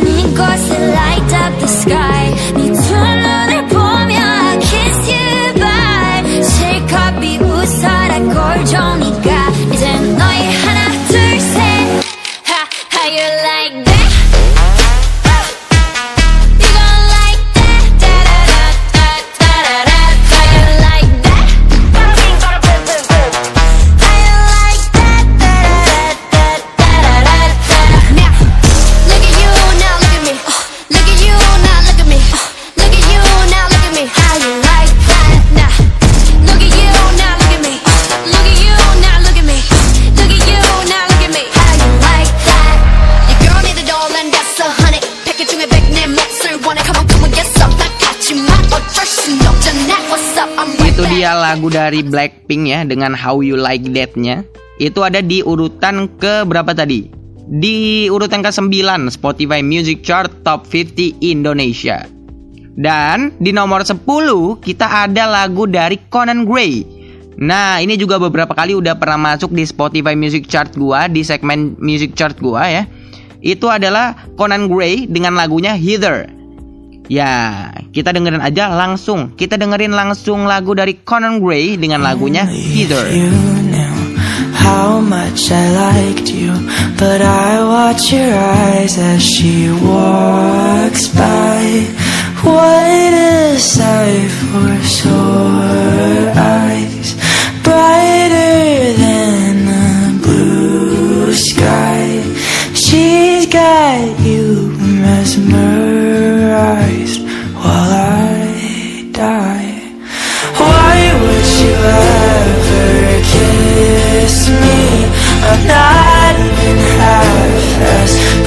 Itu dia lagu dari Blackpink ya, dengan How You Like That-nya. Itu ada di urutan ke berapa tadi? Di urutan ke sembilan Spotify Music Chart Top lima puluh Indonesia. Dan di nomor sepuluh kita ada lagu dari Conan Gray. Nah, ini juga beberapa kali udah pernah masuk di Spotify Music Chart gua, di segmen Music Chart gua ya. Itu adalah Conan Gray dengan lagunya Heather. Ya, kita dengerin aja langsung. Kita dengerin langsung lagu dari Conan Gray dengan lagunya Heather. How much I liked you, but I watch your eyes as she walks by. What a sight for sore eyes, brighter than the blue sky. She's got you mesmerized while I die. Why would you ever kiss me? I'm not even half as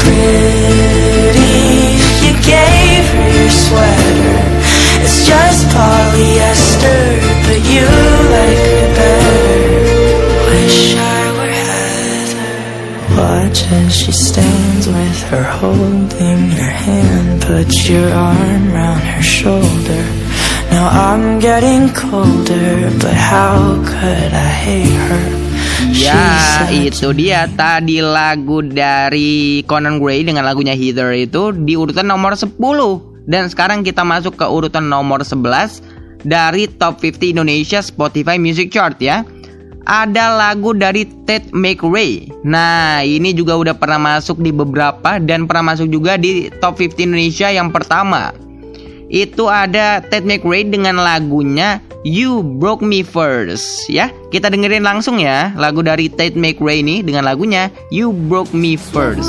pretty. You gave her your sweater, it's just polyester, but you like her better. Wish I were Heather. Watch as she stands with her holding your hand, put your arm round her shoulder. Now I'm getting colder, but how could I hate her? Ya, itu dia tadi lagu dari Conan Gray dengan lagunya Heather itu di urutan nomor sepuluh. Dan sekarang kita masuk ke urutan nomor sebelas dari Top lima puluh Indonesia Spotify Music Chart ya. Ada lagu dari Tate McRae. Nah, ini juga udah pernah masuk di beberapa dan pernah masuk juga di Top lima puluh Indonesia yang pertama. Itu ada Tate McRae dengan lagunya You Broke Me First ya. Kita dengerin langsung ya lagu dari Tate McRae ini dengan lagunya You Broke Me First.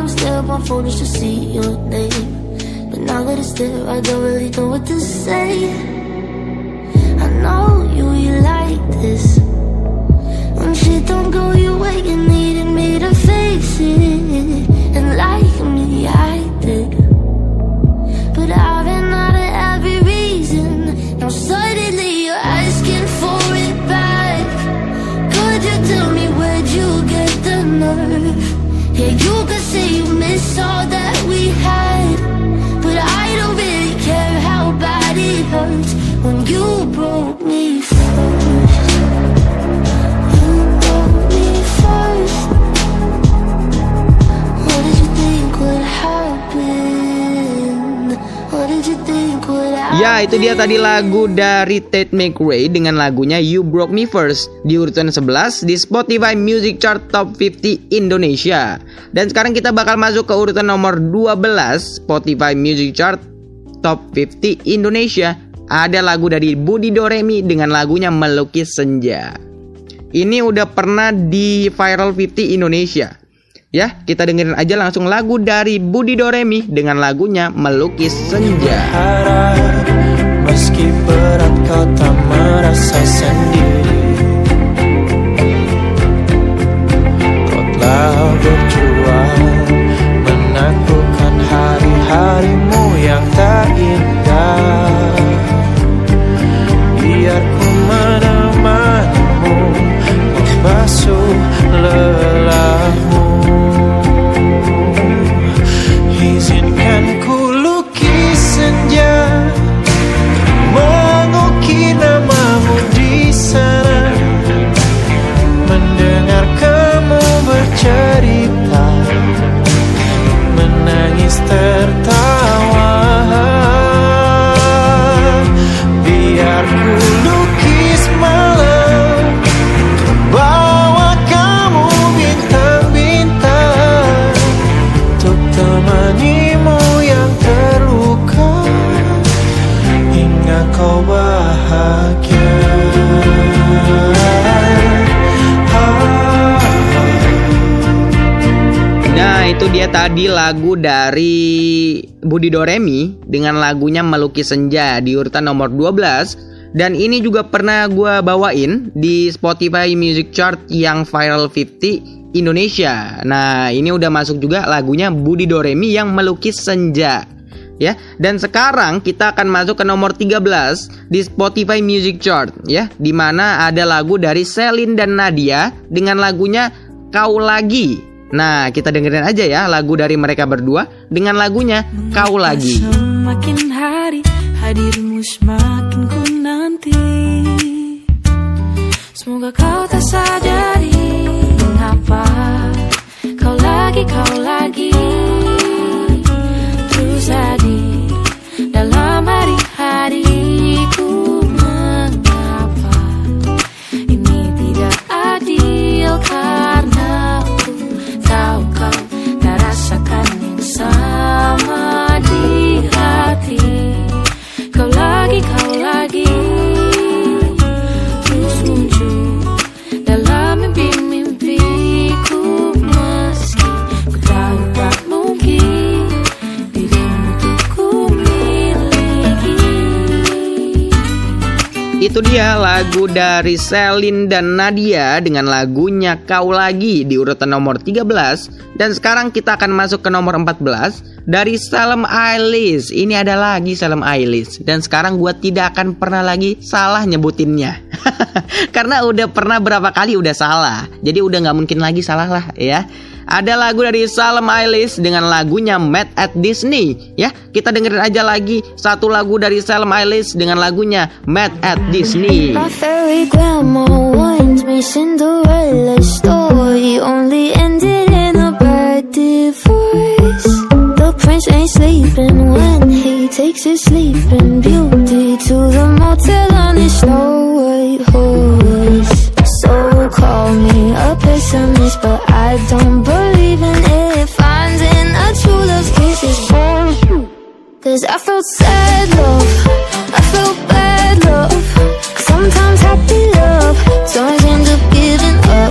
When shit don't go your way, you needed me to fix it. And like me, I did. But I ran out of every reason. Now suddenly you're asking for it back. Could you tell me where'd you get the nerve? Yeah, you could say you miss all that we had, but I don't really care how bad it hurts when you broke me first. Ya, itu dia tadi lagu dari Tate McRae dengan lagunya You Broke Me First di urutan sebelas di Spotify Music Chart Top lima puluh Indonesia. Dan sekarang kita bakal masuk ke urutan nomor dua belas Spotify Music Chart Top lima puluh Indonesia. Ada lagu dari Budi Doremi dengan lagunya Melukis Senja. Ini udah pernah di Viral lima puluh Indonesia. Ya, kita dengerin aja langsung lagu dari Budi Doremi dengan lagunya Melukis Senja. Harap, meski berat kau tak merasa sendiri. Kau telah berjuang menaklukkan hari-harimu yang tak indah. Biar ku menemanimu membasuh Nah, itu dia tadi lagu dari Budi Doremi dengan lagunya Melukis Senja di urutan nomor dua belas. Dan ini juga pernah gue bawain di Spotify Music Chart yang Viral lima puluh Indonesia. Nah, ini udah masuk juga lagunya Budi Doremi yang Melukis Senja. Ya, dan sekarang kita akan masuk ke nomor tiga belas di Spotify Music Chart ya, di mana ada lagu dari Celine dan Nadia dengan lagunya Kau Lagi. Nah, kita dengerin aja ya lagu dari mereka berdua dengan lagunya Kau Lagi. Semakin hari hadirmu semakin ku nanti. Semoga kau tak sadari mengapa kau lagi, kau lagi terus hadir dalam hari-hariku. Mengapa ini tidak adil, karena tahu kau tak rasakan yang sama di hati. Kau lagi, kau lagi terus muncul dalam mimpi-mimpiku. Meski ku tahu tak mungkin dirimu tuh ku miliki. Itu dia lagu dari Celine dan Nadia dengan lagunya Kau Lagi di urutan nomor tiga belas. Dan sekarang kita akan masuk ke nomor empat belas dari Salem Ailis. Ini ada lagi Salem Ailis. Dan sekarang gue tidak akan pernah lagi salah nyebutinnya. Karena udah pernah berapa kali udah salah. Jadi udah gak mungkin lagi salah lah ya. Ada lagu dari Salem Ailis dengan lagunya Mad at Disney. Ya, kita dengerin aja lagi satu lagu dari Salem Ailis dengan lagunya Mad at Disney. My fairy grandma warned me Cinderella story only ended in a bad divorce. The prince ain't sleeping when he takes his sleeping beauty to the motel on his snow white horse. So call me a pessimist, but I don't believe in it. Finding a true love's kiss is bullshit. Cause I felt sad love, I felt bad love, sometimes happy love turns into giving up.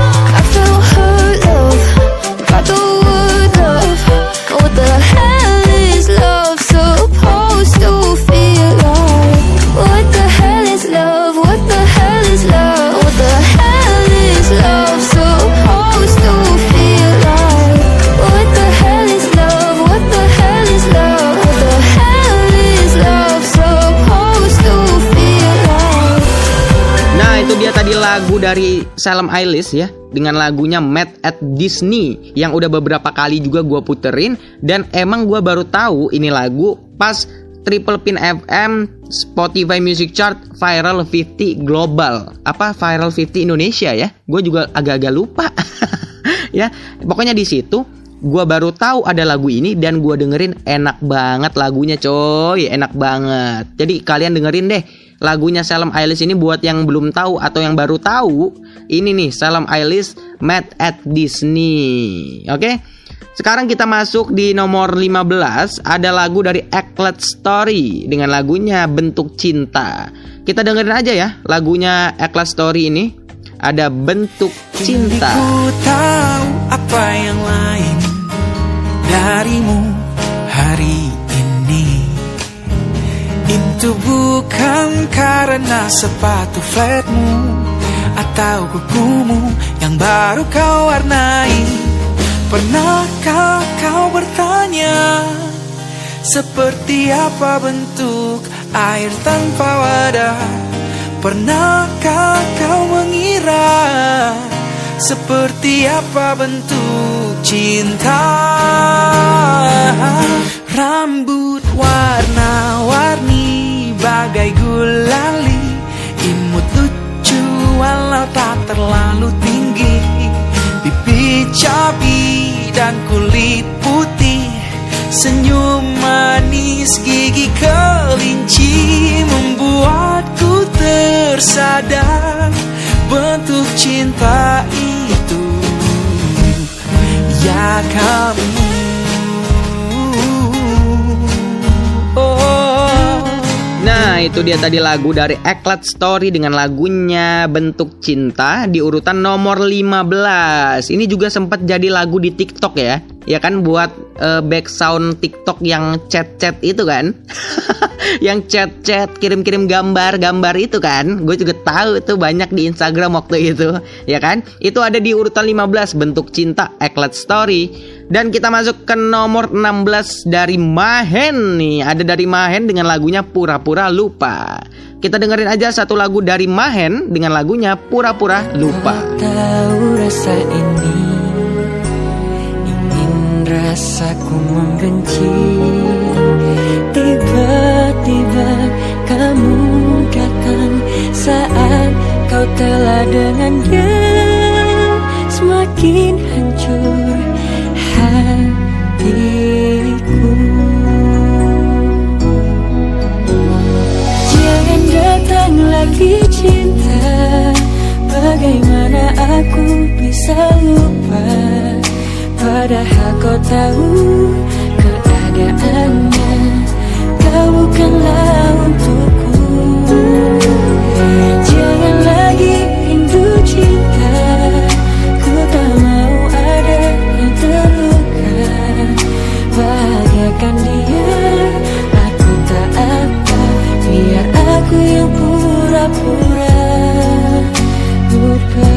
I felt hurt love, got the word love. What the hell is love supposed to feel like? What the hell is love? What the hell is love? What the hell is love supposed to feel like? What the hell is love? What the hell is love? What the hell is love supposed to feel like? Nah, itu dia tadi lagu dari Salem Ailis ya, dengan lagunya Mad at Disney yang udah beberapa kali juga gue puterin. Dan emang gue baru tahu ini lagu pas Triple Pin F M Spotify Music Chart Viral lima puluh Global. Apa Viral lima puluh Indonesia ya? Gue juga agak-agak lupa. Ya, pokoknya di situ gue baru tahu ada lagu ini dan gue dengerin enak banget lagunya coy, enak banget. Jadi kalian dengerin deh lagunya Salem Ailis ini buat yang belum tahu atau yang baru tahu. Ini nih Salem Ailis Mad at Disney. Oke. Sekarang kita masuk di nomor lima belas. Ada lagu dari Egglet Story dengan lagunya Bentuk Cinta. Kita dengerin aja ya lagunya Egglet Story ini. Ada Bentuk Cinta. Ku tahu apa yang lain darimu hari ini. Itu bukan karena sepatu flatmu atau kukumu yang baru kau warnai. Pernahkah kau bertanya seperti apa bentuk air tanpa wadah? Pernahkah kau mengira seperti apa bentuk cinta? Rambut warna-warni bagai gulali, imut lucu walau tak terlalu tinggi, pipi cabi dan kulit putih, senyum manis gigi kelinci, membuatku tersadar bentuk cinta itu ya kamu. Nah, Nah, itu dia tadi lagu dari Eklat Story dengan lagunya Bentuk Cinta di urutan nomor lima belas. Ini juga sempat jadi lagu di TikTok ya. Ya kan, buat uh, back sound TikTok yang chat-chat itu kan. Yang chat-chat, kirim-kirim gambar-gambar itu kan. Gue juga tahu itu banyak di Instagram waktu itu, ya kan? Itu ada di urutan lima belas, Bentuk Cinta Eklat Story. Dan kita masuk ke nomor enam belas dari Mahen nih. Ada dari Mahen dengan lagunya Pura-Pura Lupa. Kita dengerin aja satu lagu dari Mahen dengan lagunya Pura-Pura Lupa. Tahu rasa ini, ingin rasaku membenci. Tiba-tiba kamu datang saat kau telah dengannya. Semakin hancur hatiku. Jangan datang lagi cinta. Bagaimana aku bisa lupa, padahal kau tahu keadaannya. Kau bukanlah untukku. Jangan lagi rindu cinta. Ku tak mau ada yang terluka. Bahagiakan dia, aku tak apa. Biar aku yang pura-pura lupa.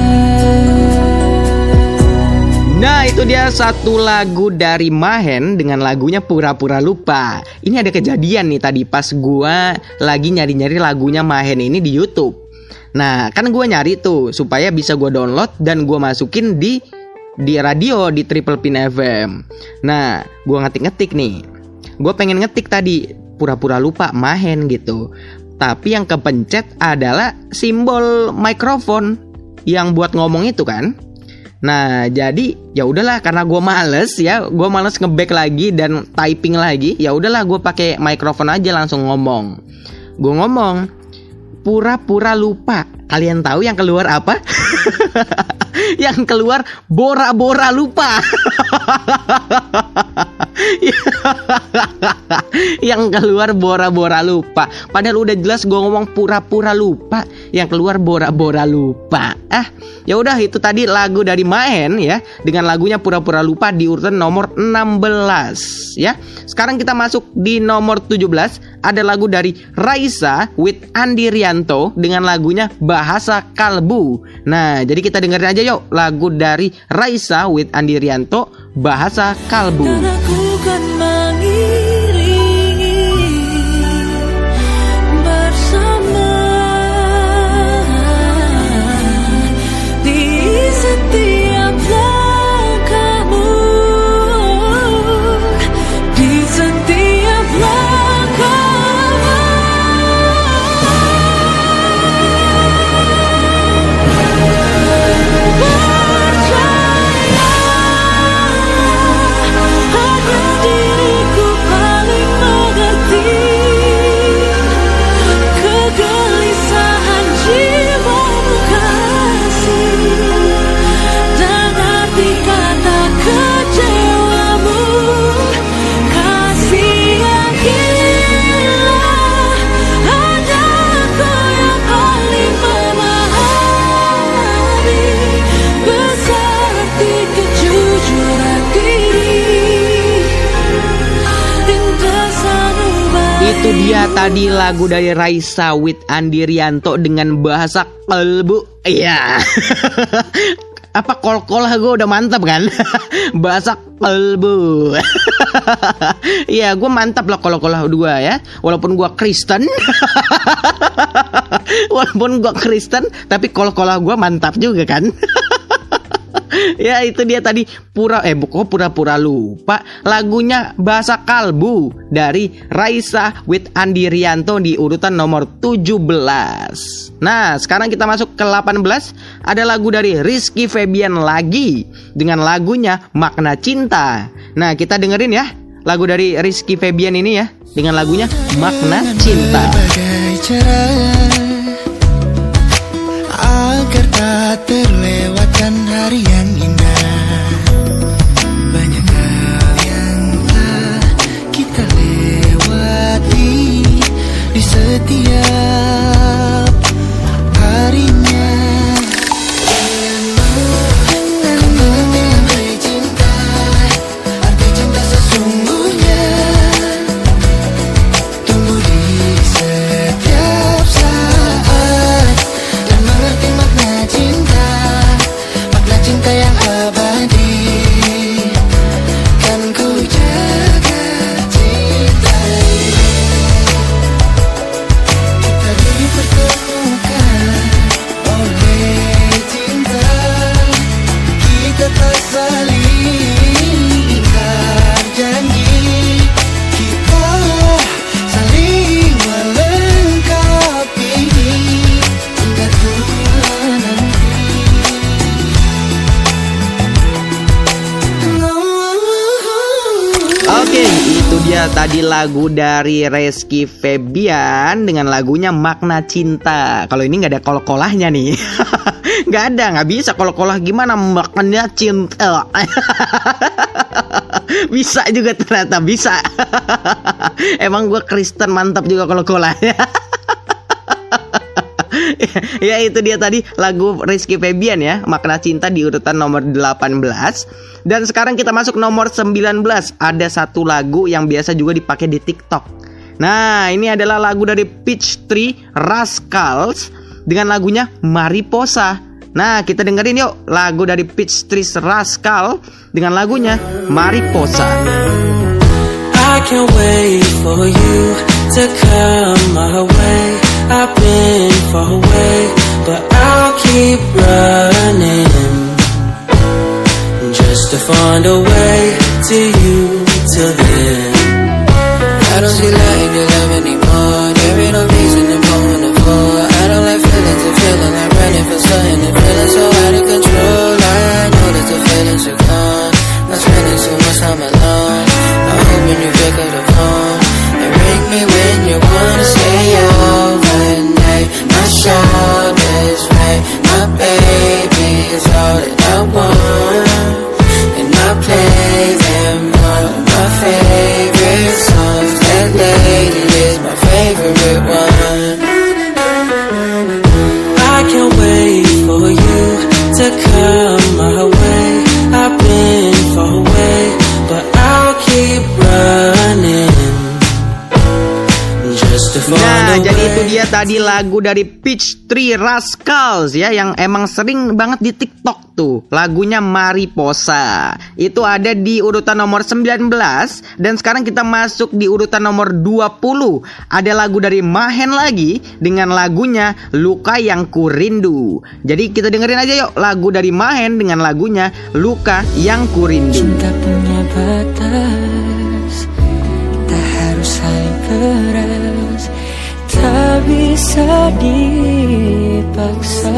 Nah, itu dia satu lagu dari Mahen dengan lagunya Pura-Pura Lupa. Ini ada kejadian nih tadi pas gua lagi nyari-nyari lagunya Mahen ini di YouTube. Nah, kan gua nyari tuh supaya bisa gua download dan gua masukin di di radio di Triple Pin F M. Nah, gua ngetik-ngetik nih. Gua pengen ngetik tadi Pura-Pura Lupa Mahen gitu. Tapi yang kepencet adalah simbol mikrofon yang buat ngomong itu kan. Nah, jadi ya udahlah, karena gue males ya, gue males nge-back lagi dan typing lagi. Ya udahlah, gue pakai mikrofon aja langsung ngomong. Gue ngomong pura-pura lupa. Kalian tahu yang keluar apa? Yang keluar bora-bora lupa. Yang keluar bora-bora lupa. Padahal udah jelas gue ngomong pura-pura lupa, yang keluar bora-bora lupa. Ah, ya udah, itu tadi lagu dari Mahen ya, dengan lagunya Pura-Pura Lupa di urutan nomor enam belas ya. Sekarang kita masuk di nomor tujuh belas. Ada lagu dari Raisa with Andi Rianto dengan lagunya Bahasa Kalbu. Nah, jadi kita dengerin aja yuk lagu dari Raisa with Andi Rianto, Bahasa Kalbu. Dan aku kan mengiringi bersama di setiap langkahmu, di setiap langkahmu. Itu dia tadi lagu dari Raisa with Andi Rianto dengan Bahasa Kalbu. Iya. Apa kol-kol gue udah mantap kan? Bahasa Kalbu. Iya, gue mantap lah kol-kol dua ya. Walaupun gue Kristen. Walaupun gue Kristen, tapi kol-kol gue mantap juga kan? Ya, itu dia tadi pura eh bukan pura-pura lupa, lagunya Bahasa Kalbu dari Raisa with Andi Rianto di urutan nomor tujuh belas. Nah, sekarang kita masuk ke delapan belas. Ada lagu dari Rizky Febian lagi dengan lagunya Makna Cinta. Nah, kita dengerin ya lagu dari Rizky Febian ini ya dengan lagunya Makna Cinta. Agar tak terlewatkan hari yang indah. Banyak hal yang telah kita lewati di setiap harinya. Kau mengerti arti cinta, arti cinta sesungguhnya tumbuh di setiap saat. Dan mengerti makna cinta, makna cinta yang abadi. Kan ku jaga cinta ini. Kita dipertemukan oleh cinta. Kita tak saling ingkar janji. Kita saling melengkapi hingga tua nanti. Oke, itu dia tadi lagu dari Rizky Febian dengan lagunya Makna Cinta. Kalau ini nggak ada kol-kolahnya nih. Nggak ada, nggak bisa kol-kolah gimana maknanya cinta. Bisa juga ternyata, bisa. Emang gue Kristen mantap juga kol-kolahnya. Ya itu dia tadi lagu Rizky Febian ya, Makna Cinta di urutan nomor delapan belas. Dan sekarang kita masuk nomor sembilan belas. Ada satu lagu yang biasa juga dipakai di TikTok. Nah ini adalah lagu dari Peachtree Rascals dengan lagunya Mariposa. Nah kita dengerin yuk lagu dari Peachtree Rascals dengan lagunya Mariposa. I can't wait for you to come my way. I've been far away, but I'll keep running just to find a way to you till then. I don't see light in your love anymore. There ain't no reason to go on the floor. I don't like feelings and feeling like running for something and feeling so out of control. I know that the feelings are gone. I'm spending so much time alone. I'm hoping you pick up the phone and ring me when you wanna stay overnight. My shoulders right, my baby is all that I want, and I play them all my favorite songs. That lady is my favorite one. I can't wait for you to come my way. I've been far away, but I'll keep running. Nah, jadi itu dia tadi lagu dari Peachtree Rascals ya, yang emang sering banget di TikTok tuh. Lagunya Mariposa. Itu ada di urutan nomor sembilan belas. Dan sekarang kita masuk di urutan nomor dua puluh. Ada lagu dari Mahen lagi dengan lagunya Luka Yang Kurindu. Jadi kita dengerin aja yuk lagu dari Mahen dengan lagunya Luka Yang Kurindu. Cinta punya batas, tak harus saling keras, tak bisa dipaksa.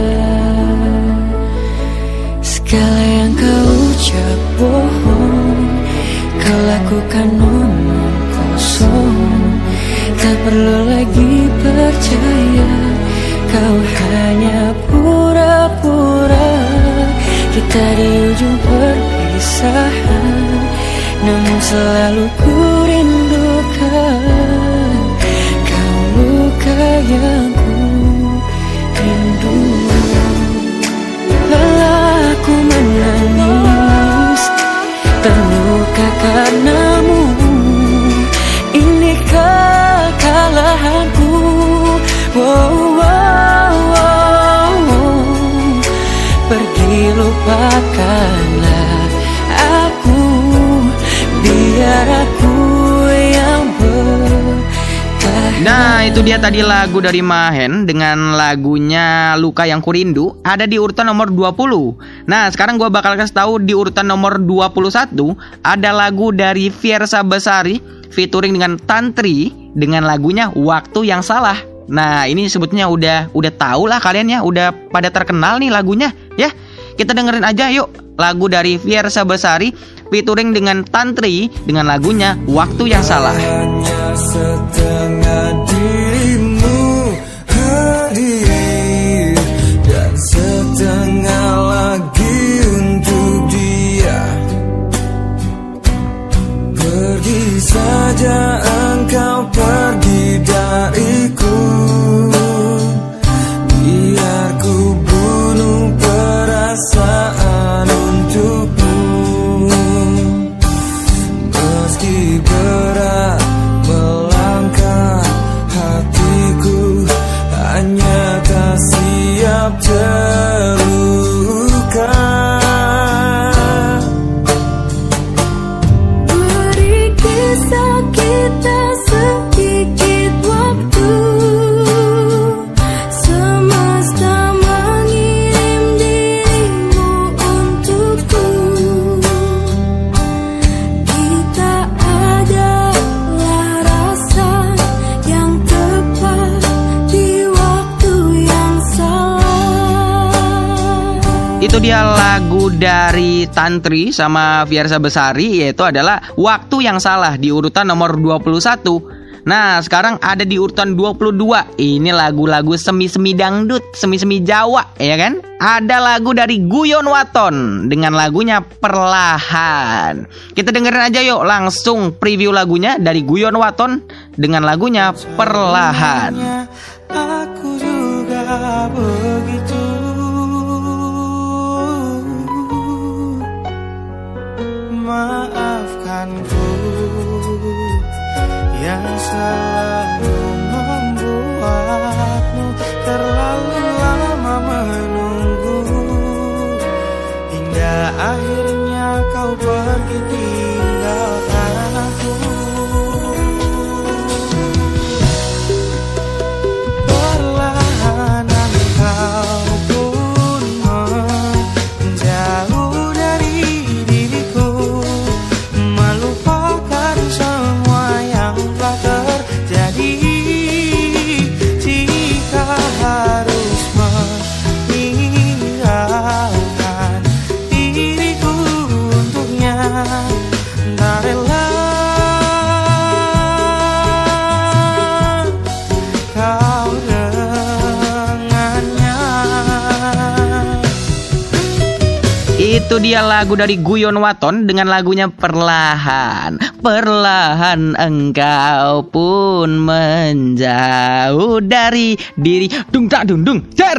Segala yang kau ucap bohong, kau lakukan omong kosong. Tak perlu lagi percaya, kau hanya pura-pura. Kita di ujung perpisahan, namun selalu ku rindukan. Kau luka yang ku rindu. Lelah aku menangis, terluka karenamu. Ini kekalahanku. Wow, wow, wow. Pergi lupakanlah aku, biar aku yang bertahan. Nah itu dia tadi lagu dari Mahen dengan lagunya Luka Yang Kurindu. Ada di urutan nomor dua puluh. Nah sekarang gue bakal kasih tahu di urutan nomor dua puluh satu. Ada lagu dari Fiersa Besari featuring dengan Tantri dengan lagunya Waktu Yang Salah. Nah ini sebetulnya udah udah tahu lah kalian ya, udah pada terkenal nih lagunya ya. Kita dengerin aja yuk lagu dari Fiersa Besari featuring dengan Tantri dengan lagunya Waktu Yang Salah. Hanya setengah dirimu hadir dan setengah lagi untuk dia. Pergi saja engkau, pergi dari Itu dia lagu dari Tantri sama Fiersa Besari, yaitu adalah Waktu Yang Salah di urutan nomor dua puluh satu. Nah, sekarang ada di urutan dua puluh dua. Ini lagu-lagu semi-semi dangdut, semi-semi Jawa, ya kan? Ada lagu dari Guyon Waton dengan lagunya Perlahan. Kita dengerin aja yuk, langsung preview lagunya dari Guyon Waton dengan lagunya Perlahan. Aku juga begitu. Maafkanku yang selalu membuatmu terlalu lama menunggu, hingga akhirnya kau pergi tinggalkan aku. Perlahan engkau pun menjauh dari diriku, melupakan semua yang telah terjadi. Jika harus meninggalkan diriku untuknya, tak rela kau dengannya. Itu dia lagu dari Guyon Waton dengan lagunya Perlahan. Perlahan engkau pun menjauh dari diri. Dung tak dung dung cer.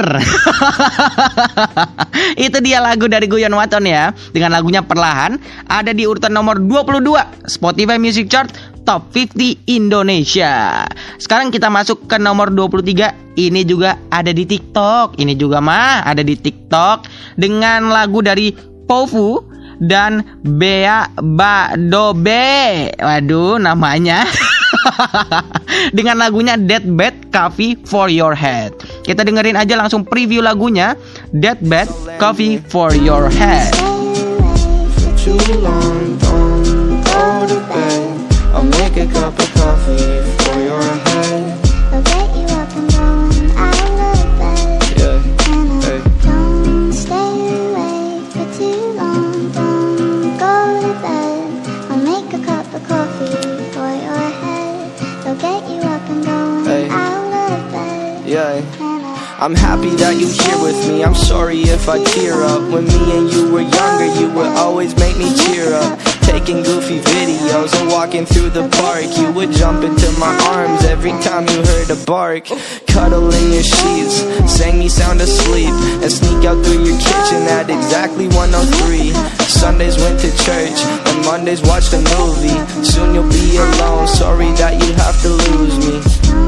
Itu dia lagu dari Guyon Waton ya, dengan lagunya Perlahan. Ada di urutan nomor dua puluh dua Spotify Music Chart Top lima puluh Indonesia. Sekarang kita masuk ke nomor dua puluh tiga. Ini juga ada di TikTok. Ini juga mah ada di TikTok dengan lagu dari Pofu dan Bea Badobe. Waduh, namanya. Dengan lagunya Deathbed Coffee for Your Head. Kita dengerin aja langsung preview lagunya Deathbed Coffee for Your Head. Too long, don't go to bed. I'll make a cup of coffee for your head. I'll get you up and going out of bed. Yeah, And I hey. don't stay awake for too long. Don't go to bed. I'll make a cup of coffee for your head. I'll get you up and going Hey. out of bed. Yeah. And I I'm happy that you're here with me. I'm sorry if I tear up. When me and you were younger, you would always make me cheer up. Taking goofy videos and walking through the park. You would jump into my arms every time you heard a bark. Cuddle in your sheets, sang me sound asleep, and sneak out through your kitchen at exactly one oh three. Sundays went to church, and Mondays watched a movie. Soon you'll be alone, sorry that you have to lose me.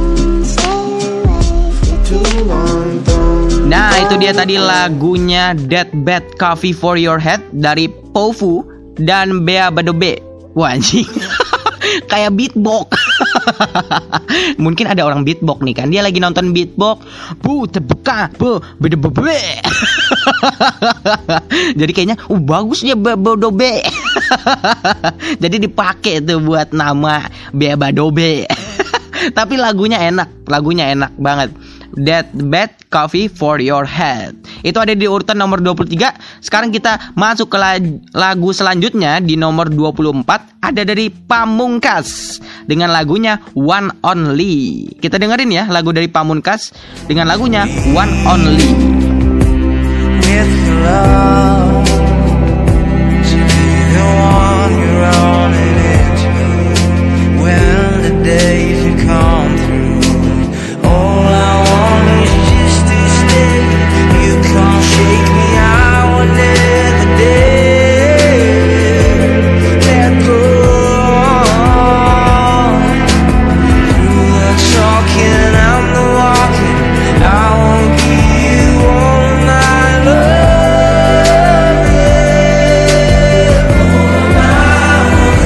Nah, itu dia tadi lagunya Deathbed Coffee for Your Head dari Pofu dan Bea Badobe. Wah, anjing. Kayak beatbox. Mungkin ada orang beatbox nih kan. Dia lagi nonton beatbox. Bu terbuka, bu bedebebe. Jadi kayaknya uh bagus dia Badobe. Jadi dipakai tuh buat nama Bea Badobe. Tapi lagunya enak, lagunya enak banget. Deathbed Coffee for Your Head. Itu ada di urutan nomor dua puluh tiga. Sekarang kita masuk ke lagu selanjutnya di nomor dua puluh empat. Ada dari Pamungkas dengan lagunya One Only. Kita dengerin ya lagu dari Pamungkas dengan lagunya One Only. With love to be the one you're running into when the days you come through. All I want is just to stay. You can't shake me, I will never dare let go. Through the talking and the walking, I won't give you all my love. All my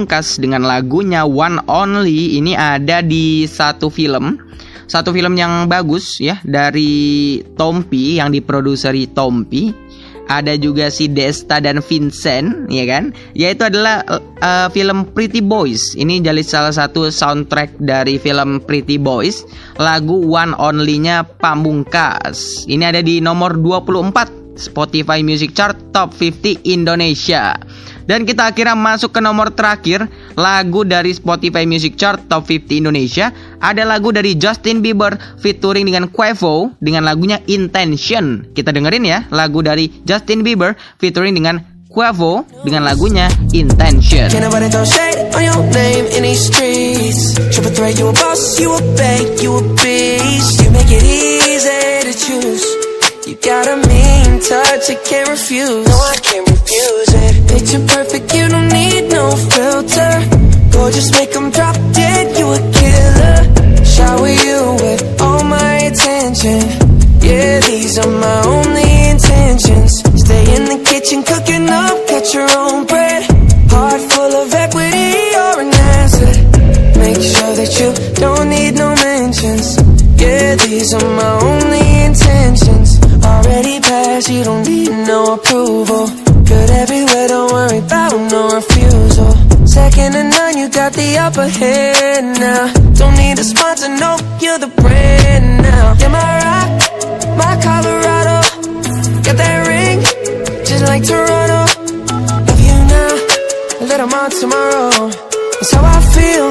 Pamungkas dengan lagunya One Only. Ini ada di satu film, satu film yang bagus ya, dari Tompi, yang diproduseri Tompi. Ada juga si Desta dan Vincent, ya kan? Yaitu adalah uh, film Pretty Boys. Ini jadi salah satu soundtrack dari film Pretty Boys. Lagu One Only-nya Pamungkas. Ini ada di nomor dua puluh empat Spotify Music Chart Top lima puluh Indonesia. Dan kita akhirnya masuk ke nomor terakhir, lagu dari Spotify Music Chart Top lima puluh Indonesia. Ada lagu dari Justin Bieber featuring dengan Quavo dengan lagunya Intention. Kita dengerin ya, lagu dari Justin Bieber featuring dengan Quavo dengan lagunya Intention. Can't nobody throw shade on your name in these streets. Triple threat, you a boss, you a bank, you a beast. You make it easy to choose. You got a mean touch, I can't refuse. No, I can't refuse it. Picture perfect, you don't need no filter. Gorgeous, make them drop dead, you a killer. Shower you with all my attention. Yeah, these are my only intentions. Stay in the kitchen, cooking up, cut your own bread. Heart full of equity, you're an asset. Make sure that you don't need no mentions. Yeah, these are my only intentions. Already passed, you don't need no approval. Good everywhere, don't worry about no refusal. Second to none, you got the upper hand now. Don't need a sponsor, no, you're the brand now. You're my rock, my Colorado. Got that ring, just like Toronto. Love you now, a little more tomorrow. That's how I feel,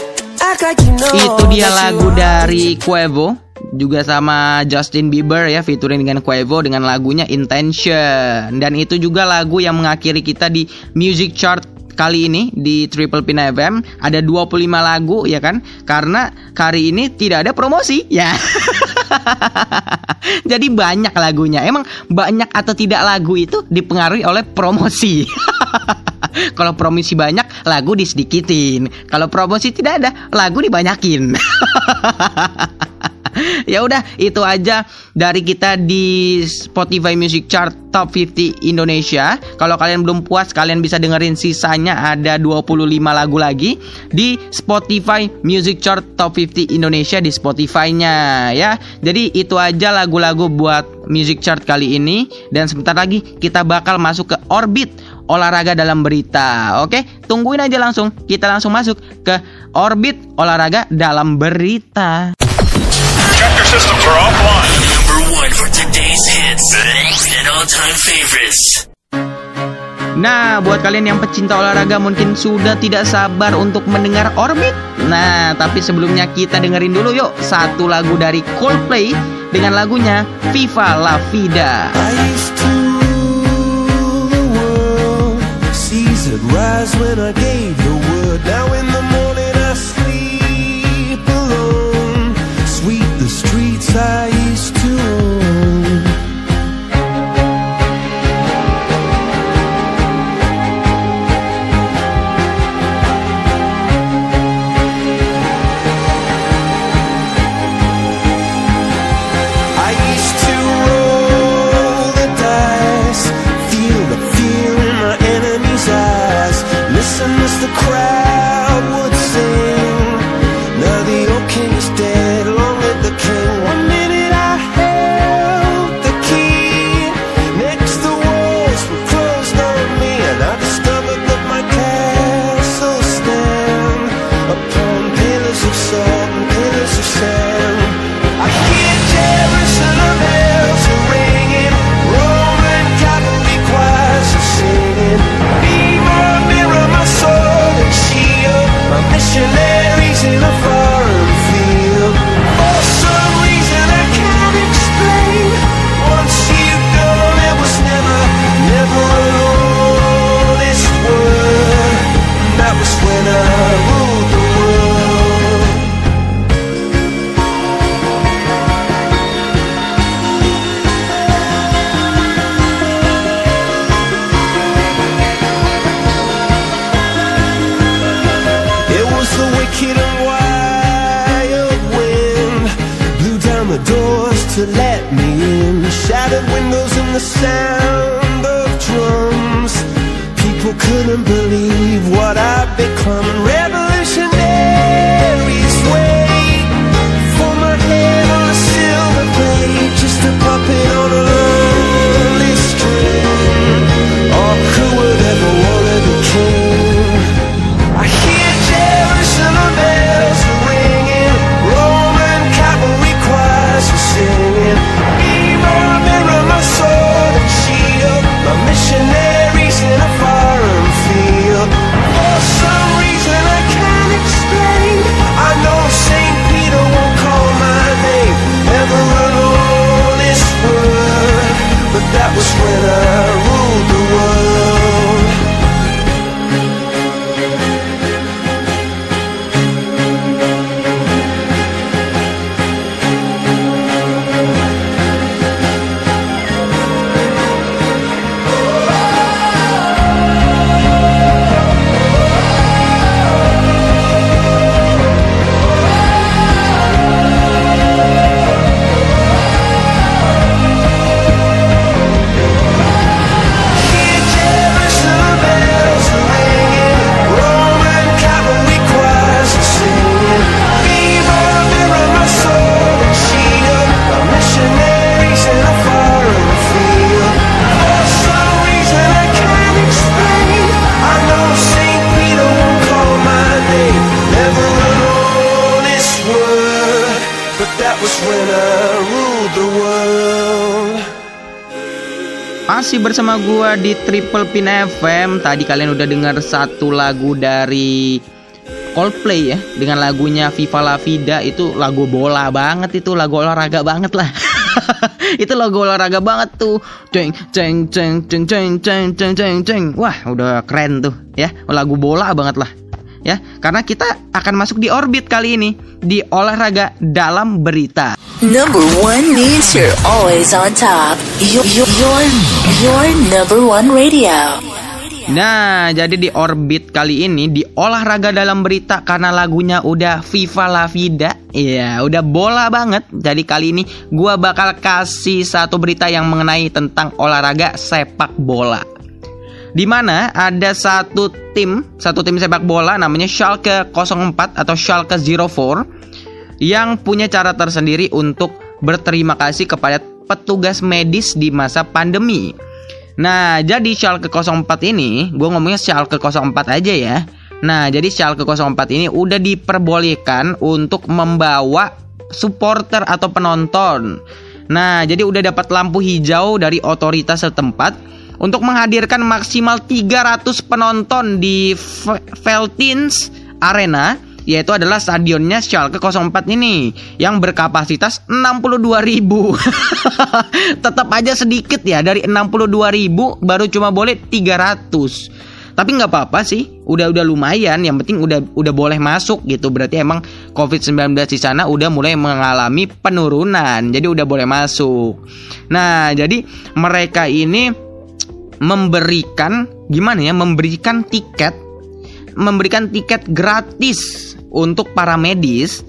act like you know. Itu dia lagu dari Quavo, juga sama Justin Bieber ya, featuring dengan Quavo dengan lagunya Intention. Dan itu juga lagu yang mengakhiri kita di Music Chart kali ini di Triple Pina F M. Ada dua puluh lima lagu ya kan, karena kali ini tidak ada promosi ya. Jadi banyak lagunya. Emang banyak atau tidak lagu itu dipengaruhi oleh promosi. Kalau promosi banyak, lagu disedikitin. Kalau promosi tidak ada, lagu dibanyakin. Ya udah, itu aja dari kita di Spotify Music Chart Top lima puluh Indonesia. Kalau kalian belum puas, kalian bisa dengerin sisanya, ada dua puluh lima lagu lagi di Spotify Music Chart Top lima puluh Indonesia di Spotify-nya ya. Jadi itu aja lagu-lagu buat Music Chart kali ini. Dan sebentar lagi kita bakal masuk ke Orbit Olahraga dalam Berita. Oke, tungguin aja langsung. Kita langsung masuk ke Orbit Olahraga dalam Berita. Chapter systems are offline. Number one for today's hits and all-time favorites. Nah, buat kalian yang pecinta olahraga mungkin sudah tidak sabar untuk mendengar Orbit. Nah, tapi sebelumnya kita dengerin dulu yuk satu lagu dari Coldplay dengan lagunya Viva La Vida. I used to rule the world, seas that rise when I gave the word. Now in the morning I sleep alone, sweep the streets I used to own. I used to roll the dice, feel the fear in my enemy's eyes, listen as the crowd would sing. Now the old king is dead, long live the king. One minute I held the key, next the walls were closed on me, and I discovered that my castle stand upon pillars of salt and pillars of sand. I hear Jerusalem bells are ringing, Roman cavalry choirs are singing. Mirror, mirror my sword and shield, my missionaries in a foreign field. For some reason I can't explain, once you've gone it was never, never an honest word. That was when I ruled the world. It was the wicked and wild wind, blew down the doors to let me in, shattered windows and the sound of drums. People People couldn't believe what I'd become. Revolutionaries wait for my head on a silver plate, just a puppet on a lonely string. Oh, who would ever wanna be king? I hear Jerusalem bells are ringing, Roman cavalry choirs are singing. Mirror, mirror, my sword and shield, my missionaries in a foreign field. For some reason I can't explain, I know Saint Peter won't call my name ever in all this world, but that was when I ruled the world. Masih bersama gua di Triple Pin F M. Tadi kalian udah dengar satu lagu dari Coldplay ya, dengan lagunya Viva La Vida. Itu lagu bola banget, itu lagu olahraga banget lah. Itu lagu olahraga banget tuh. Ceng ceng ceng ceng ceng ceng ceng ceng ceng. Wah, udah keren tuh ya. Lagu bola banget lah. Ya, karena kita akan masuk di orbit kali ini, di olahraga dalam berita. Number one means you're always on top. Your, your, your, your number one radio. Nah, jadi di orbit kali ini, di olahraga dalam berita, karena lagunya udah Viva La Vida. Iya, udah bola banget. Jadi kali ini gua bakal kasih satu berita yang mengenai tentang olahraga sepak bola. Di mana ada satu tim, satu tim sepak bola namanya Schalke nol empat atau Schalke nol empat yang punya cara tersendiri untuk berterima kasih kepada petugas medis di masa pandemi. Nah, jadi Schalke nol empat ini, gue ngomongnya Schalke nol empat aja ya. Nah, jadi Schalke nol empat ini udah diperbolehkan untuk membawa supporter atau penonton. Nah, jadi udah dapat lampu hijau dari otoritas setempat untuk menghadirkan maksimal tiga ratus penonton di Veltins Arena, yaitu adalah stadionnya Schalke nol empat ini yang berkapasitas enam puluh dua ribu. Tetap aja sedikit ya, dari enam puluh dua ribu baru cuma boleh tiga ratus. Tapi nggak apa-apa sih, udah-udah lumayan, yang penting udah udah boleh masuk gitu. Berarti emang covid sembilan belas di sana udah mulai mengalami penurunan. Jadi udah boleh masuk. Nah, jadi mereka ini memberikan gimana ya memberikan tiket memberikan tiket gratis untuk para medis.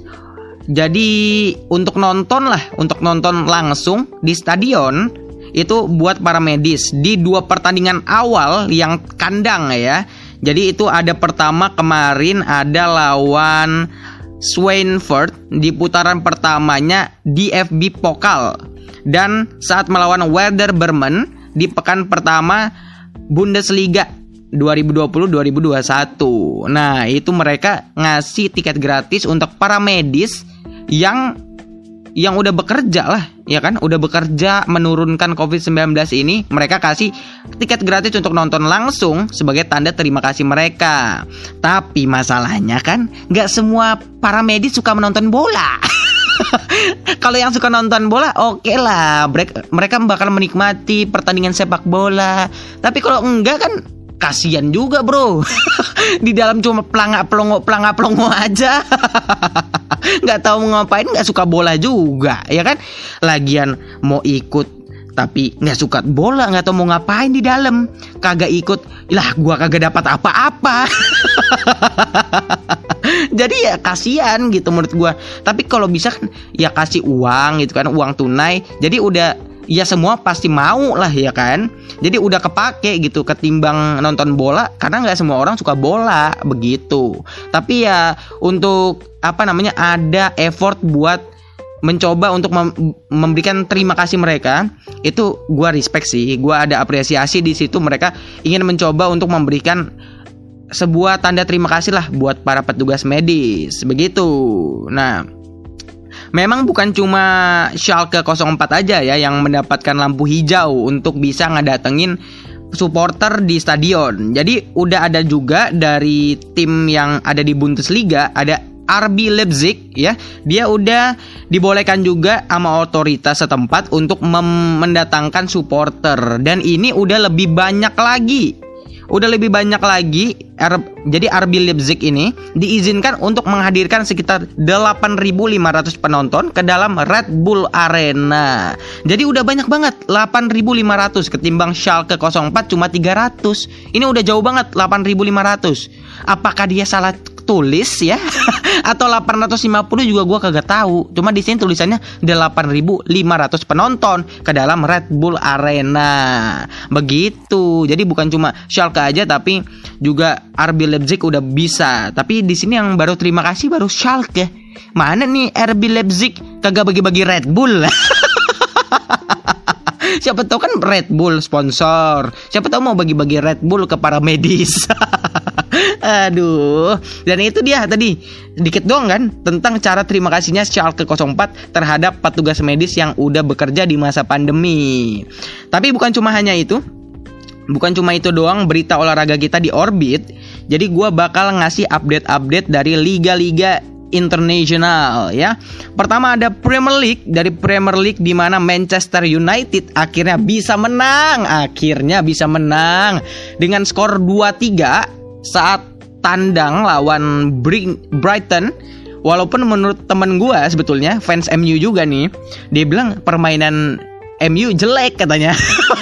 Jadi untuk nonton lah, untuk nonton langsung di stadion itu buat para medis di dua pertandingan awal yang kandang ya. Jadi itu ada pertama kemarin ada lawan Schweinfurt di putaran pertamanya D F B Pokal, dan saat melawan Werder Bremen di pekan pertama Bundesliga dua ribu dua puluh dua ribu dua puluh satu. Nah, itu mereka ngasih tiket gratis untuk para medis yang yang udah bekerja lah, ya kan? Udah bekerja menurunkan covid sembilan belas ini, mereka kasih tiket gratis untuk nonton langsung sebagai tanda terima kasih mereka. Tapi masalahnya kan, nggak semua para medis suka menonton bola. Kalau yang suka nonton bola, oke okay lah, mereka bakal menikmati pertandingan sepak bola. Tapi kalau enggak kan, kasian juga bro. Di dalam cuma pelangak pelongo pelangak pelongo aja. Nggak tahu mau ngapain, nggak suka bola juga, ya kan? Lagian mau ikut tapi nggak suka bola, nggak tahu mau ngapain di dalam, kagak ikut, lah gua kagak dapat apa-apa. Jadi ya kasihan gitu menurut gua. Tapi kalau bisa kan ya kasih uang gitu kan, uang tunai. Jadi udah ya semua pasti mau lah ya kan. Jadi udah kepake gitu ketimbang nonton bola, karena nggak semua orang suka bola begitu. Tapi ya untuk apa namanya ada effort buat mencoba untuk mem- memberikan terima kasih mereka, itu gue respect sih, gue ada apresiasi di situ. Mereka ingin mencoba untuk memberikan sebuah tanda terima kasih lah buat para petugas medis begitu. Nah, memang bukan cuma Schalke nol empat aja ya yang mendapatkan lampu hijau untuk bisa ngedatengin supporter di stadion. Jadi udah ada juga dari tim yang ada di Bundesliga, ada R B Leipzig ya, dia udah dibolehkan juga sama otoritas setempat untuk mem- mendatangkan supporter, dan ini udah lebih banyak lagi. Udah lebih banyak lagi. R- jadi R B Leipzig ini diizinkan untuk menghadirkan sekitar delapan ribu lima ratus penonton ke dalam Red Bull Arena. Jadi udah banyak banget, delapan ribu lima ratus ketimbang Schalke nol empat cuma tiga ratus. Ini udah jauh banget, delapan ribu lima ratus. Apakah dia salah tulis ya atau delapan ratus lima puluh juga gue kagak tahu. Cuma di sini tulisannya delapan ribu lima ratus penonton ke dalam Red Bull Arena. Begitu. Jadi bukan cuma Schalke aja tapi juga R B Leipzig udah bisa. Tapi di sini yang baru terima kasih baru Schalke. Mana nih R B Leipzig kagak bagi-bagi Red Bull. Siapa tahu kan Red Bull sponsor. Siapa tahu mau bagi-bagi Red Bull ke para medis. Aduh. Dan itu dia tadi dikit doang kan tentang cara terima kasihnya Schalke nol empat terhadap petugas medis yang udah bekerja di masa pandemi. Tapi bukan cuma hanya itu. Bukan cuma itu doang berita olahraga kita di Orbit. Jadi gue bakal ngasih update-update dari liga-liga internasional ya. Pertama ada Premier League. Dari Premier League di mana Manchester United akhirnya bisa menang. Akhirnya bisa menang dengan skor dua tiga saat tandang lawan Brighton. Walaupun menurut temen gue sebetulnya fans M U juga nih, dia bilang permainan M U jelek katanya.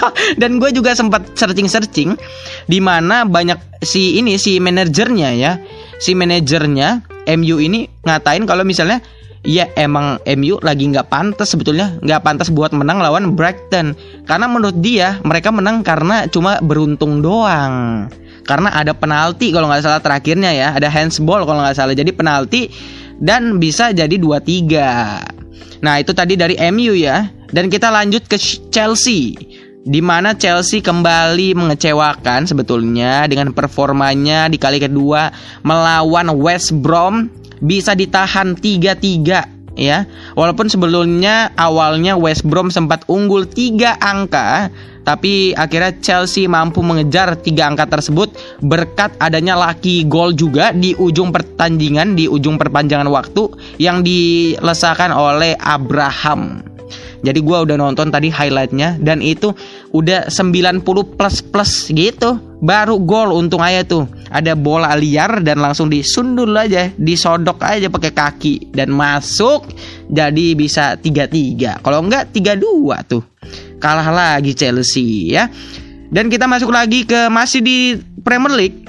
Dan gue juga sempat searching-searching di mana banyak si ini si manajernya ya. Si manajernya M U ini ngatain kalau misalnya ya emang M U lagi nggak pantas sebetulnya, nggak pantas buat menang lawan Brighton. Karena menurut dia mereka menang karena cuma beruntung doang. Karena ada penalti kalau nggak salah terakhirnya ya, ada handsball kalau nggak salah, jadi penalti dan bisa jadi dua tiga. Nah itu tadi dari M U ya. Dan kita lanjut ke Chelsea, di mana Chelsea kembali mengecewakan sebetulnya dengan performanya di kali kedua melawan West Brom, bisa ditahan tiga tiga ya. Walaupun sebelumnya awalnya West Brom sempat unggul tiga angka, tapi akhirnya Chelsea mampu mengejar tiga angka tersebut berkat adanya lucky goal juga di ujung pertandingan, di ujung perpanjangan waktu yang dilesakan oleh Abraham. Jadi gue udah nonton tadi highlightnya dan itu udah sembilan puluh plus plus gitu. Baru gol, untung aja tuh ada bola liar dan langsung disundul aja, disodok aja pakai kaki dan masuk. Jadi bisa tiga tiga. Kalau enggak tiga dua tuh. Kalah lagi Chelsea ya. Dan kita masuk lagi ke masih di Premier League.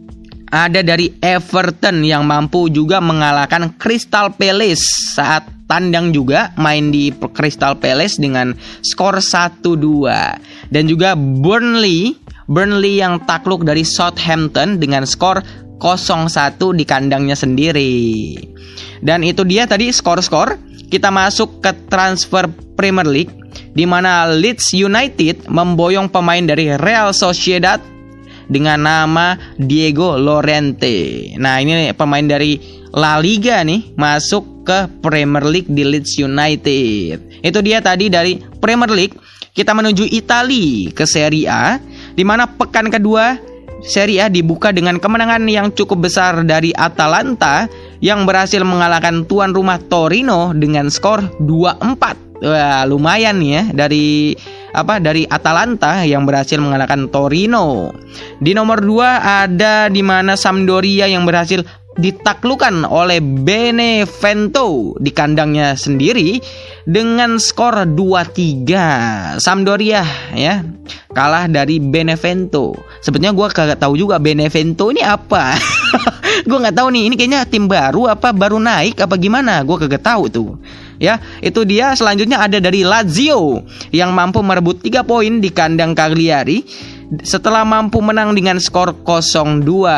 Ada dari Everton yang mampu juga mengalahkan Crystal Palace saat tandang juga main di Crystal Palace dengan skor satu dua. Dan juga Burnley, Burnley yang takluk dari Southampton dengan skor nol satu di kandangnya sendiri. Dan itu dia tadi skor-skor. Kita masuk ke transfer Premier League di mana Leeds United memboyong pemain dari Real Sociedad dengan nama Diego Llorente. Nah, ini pemain dari La Liga nih masuk ke Premier League di Leeds United. Itu dia tadi dari Premier League. Kita menuju Italia ke Serie A, di mana pekan kedua Serie A dibuka dengan kemenangan yang cukup besar dari Atalanta yang berhasil mengalahkan tuan rumah Torino dengan skor dua empat. Wah, lumayan nih ya dari apa dari Atalanta yang berhasil mengalahkan Torino. Di nomor dua ada di mana Sampdoria yang berhasil ditaklukkan oleh Benevento di kandangnya sendiri dengan skor dua tiga. Sampdoria ya kalah dari Benevento. Sebetulnya gue kagak tahu juga Benevento ini apa. Gue nggak tahu nih, ini kayaknya tim baru apa baru naik apa gimana, gue kagak tahu tuh. Ya, itu dia. Selanjutnya ada dari Lazio yang mampu merebut tiga poin di kandang Cagliari setelah mampu menang dengan skor nol dua.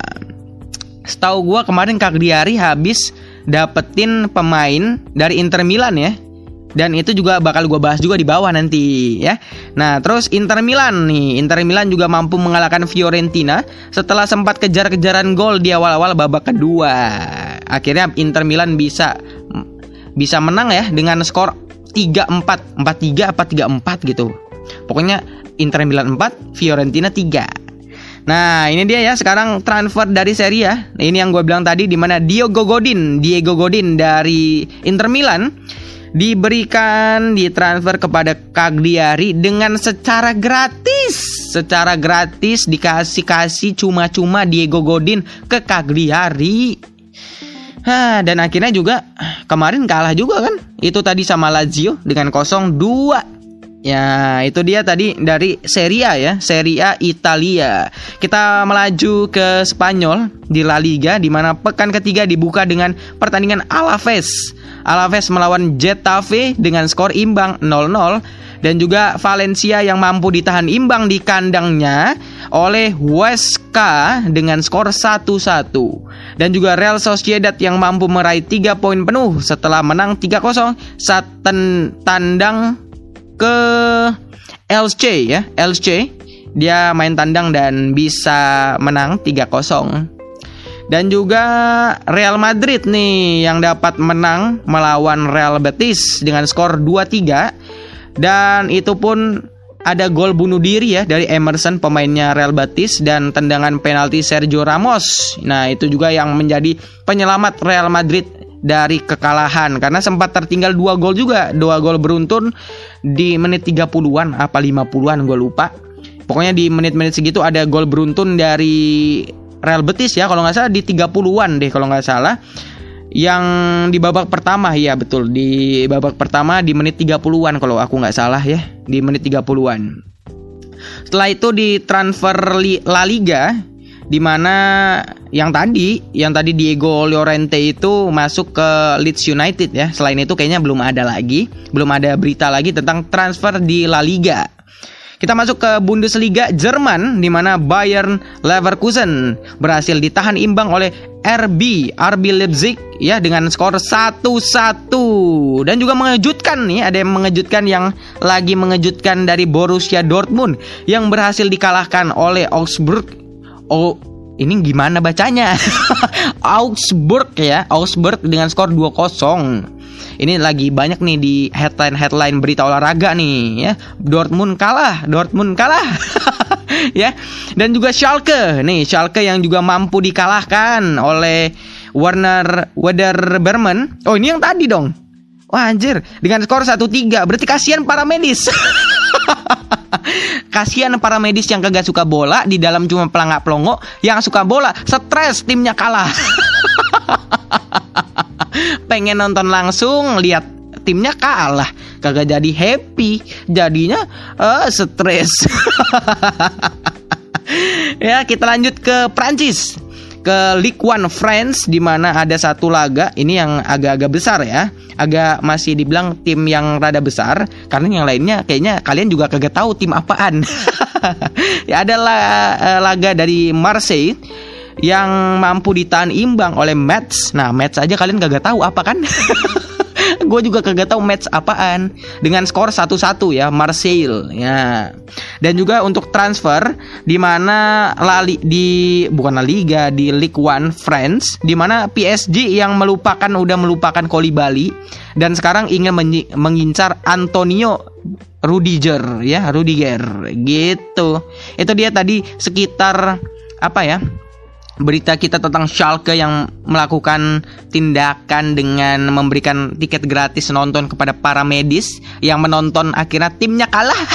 Setahu gue kemarin Cagliari habis dapetin pemain dari Inter Milan ya. Dan itu juga bakal gue bahas juga di bawah nanti ya. Nah terus Inter Milan nih, Inter Milan juga mampu mengalahkan Fiorentina setelah sempat kejar-kejaran gol di awal-awal babak kedua. Akhirnya Inter Milan bisa bisa menang ya dengan skor tiga empat, empat tiga apa tiga empat gitu. Pokoknya Inter Milan empat, Fiorentina tiga. Nah ini dia ya, sekarang transfer dari Serie A. Ini yang gue bilang tadi, di mana Diego Godin Diego Godin dari Inter Milan diberikan ditransfer kepada Cagliari dengan secara gratis. Secara gratis dikasih-kasih cuma-cuma Diego Godin ke Cagliari. Hah, dan akhirnya juga kemarin kalah juga kan. Itu tadi sama Lazio dengan nol dua. Ya, itu dia tadi dari Serie A ya, Serie A Italia. Kita melaju ke Spanyol di La Liga, di mana pekan ketiga dibuka dengan pertandingan Alaves. Alaves melawan Getafe dengan skor imbang nol nol, dan juga Valencia yang mampu ditahan imbang di kandangnya oleh Huesca dengan skor satu satu. Dan juga Real Sociedad yang mampu meraih tiga poin penuh setelah menang tiga nol saat ten- tandang ke Elche ya, Elche. Dia main tandang dan bisa menang tiga nol. Dan juga Real Madrid nih yang dapat menang melawan Real Betis dengan skor dua tiga. Dan itu pun ada gol bunuh diri ya dari Emerson, pemainnya Real Betis, dan tendangan penalti Sergio Ramos. Nah itu juga yang menjadi penyelamat Real Madrid dari kekalahan, karena sempat tertinggal dua gol juga, dua gol beruntun di menit tiga puluhan apa lima puluhan, gue lupa. Pokoknya di menit-menit segitu ada gol beruntun dari Real Betis ya, kalau nggak salah di tiga puluhan deh kalau nggak salah. Yang di babak pertama, ya betul, di babak pertama di menit tiga puluhan kalau aku nggak salah ya, di menit tiga puluhan. Setelah itu di transfer La Liga, di mana yang tadi, yang tadi Diego Llorente itu masuk ke Leeds United ya. Selain itu kayaknya belum ada lagi, belum ada berita lagi tentang transfer di La Liga. Kita masuk ke Bundesliga Jerman, di mana Bayern Leverkusen berhasil ditahan imbang oleh R B R B Leipzig ya dengan skor satu satu. Dan juga mengejutkan nih, ada yang mengejutkan, yang lagi mengejutkan dari Borussia Dortmund yang berhasil dikalahkan oleh Augsburg. Oh, ini gimana bacanya? Augsburg ya, Augsburg dengan skor dua nol. Ini lagi banyak nih di headline-headline berita olahraga nih ya. Dortmund kalah, Dortmund kalah. Ya. Dan juga Schalke. Nih, Schalke yang juga mampu dikalahkan oleh Werder Werder Bremen. Oh, ini yang tadi dong. Wah, anjir, dengan skor satu tiga. Berarti kasihan para medis. Kasihan para medis yang kagak suka bola, di dalam cuma pelangak-pelongo. Yang suka bola stres timnya kalah. Pengen nonton langsung, lihat timnya kalah, kagak jadi happy, jadinya uh, stres. Ya, kita lanjut ke Prancis, ke Ligue satu France, di mana ada satu laga ini yang agak-agak besar ya, agak masih dibilang tim yang rada besar, karena yang lainnya kayaknya kalian juga kagak tahu tim apaan. Ya, adalah uh, laga dari Marseille yang mampu ditahan imbang oleh Metz. Nah, Metz aja kalian kagak tahu apa kan? Gue juga kagak tahu Metz apaan, dengan skor satu satu ya, Marseille ya. Dan juga untuk transfer, di mana Lali di bukan La Liga, di Ligue satu France, di mana P S G yang melupakan udah melupakan Koulibaly dan sekarang ingin menyi- mengincar Antonio Rudiger ya, Rudiger gitu. Itu dia tadi sekitar apa ya, berita kita tentang Schalke yang melakukan tindakan dengan memberikan tiket gratis nonton kepada para medis yang menonton, akhirnya timnya kalah.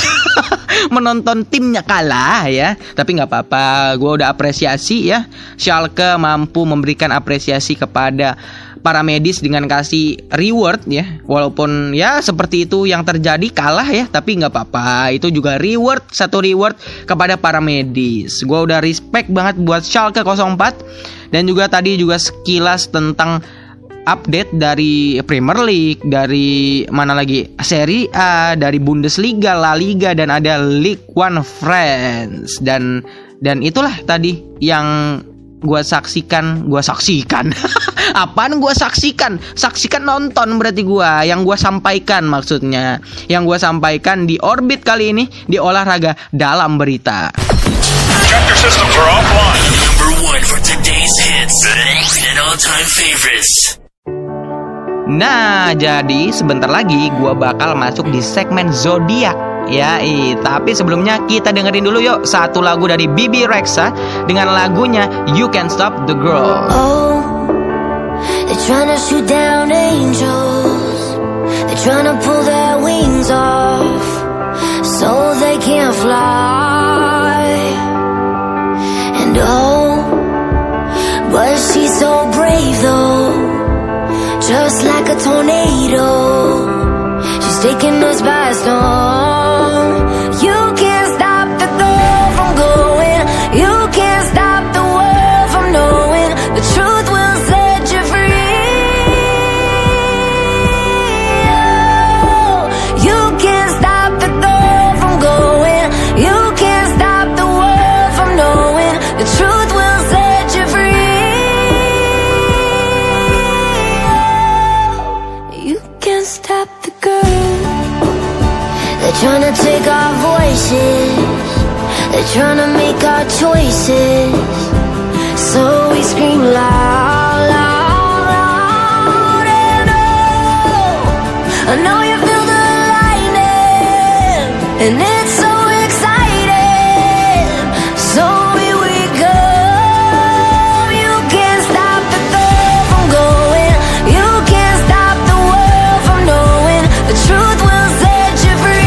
menonton timnya kalah ya. Tapi nggak apa-apa, gue udah apresiasi ya. Schalke mampu memberikan apresiasi kepada para medis dengan kasih reward ya. Walaupun ya seperti itu yang terjadi, kalah ya, tapi nggak apa-apa. Itu juga reward, satu reward kepada para medis. Gue udah respect banget buat Schalke nol empat. Dan juga tadi juga sekilas tentang update dari Premier League, dari mana lagi, Serie A, dari Bundesliga, La Liga, dan ada Ligue satu France. Dan dan itulah tadi yang gua saksikan, gua saksikan. Apaan gua saksikan? Saksikan, nonton berarti gua. Yang gua sampaikan maksudnya. Yang gua sampaikan di Orbit kali ini di olahraga dalam berita. Chapter systems are offline. Number one for today's hits and all-time favorites. Nah, jadi sebentar lagi gua bakal masuk di segmen zodiak. Ya, i, tapi sebelumnya kita dengerin dulu yuk satu lagu dari Bebe Rexha dengan lagunya You Can't Stop the Girl. Oh, they're trying to shoot down angels. They're trying to pull their wings off so they can't fly. And oh, but she's so brave though, just like a tornado. She's taking us by storm. You can't stop the girl from going. You can't stop the world from knowing. The truth will set you free. Oh, you can't stop the girl from going. You can't stop the world from knowing. The truth will set you free. Oh, you can't stop the girl. They're trying to take our voices. They're trying to make our choices. So we scream loud, loud, loud. And oh, I know you feel the lightning, and it's so exciting. So here we go. You can't stop the girl from going. You can't stop the world from knowing. The truth will set you free.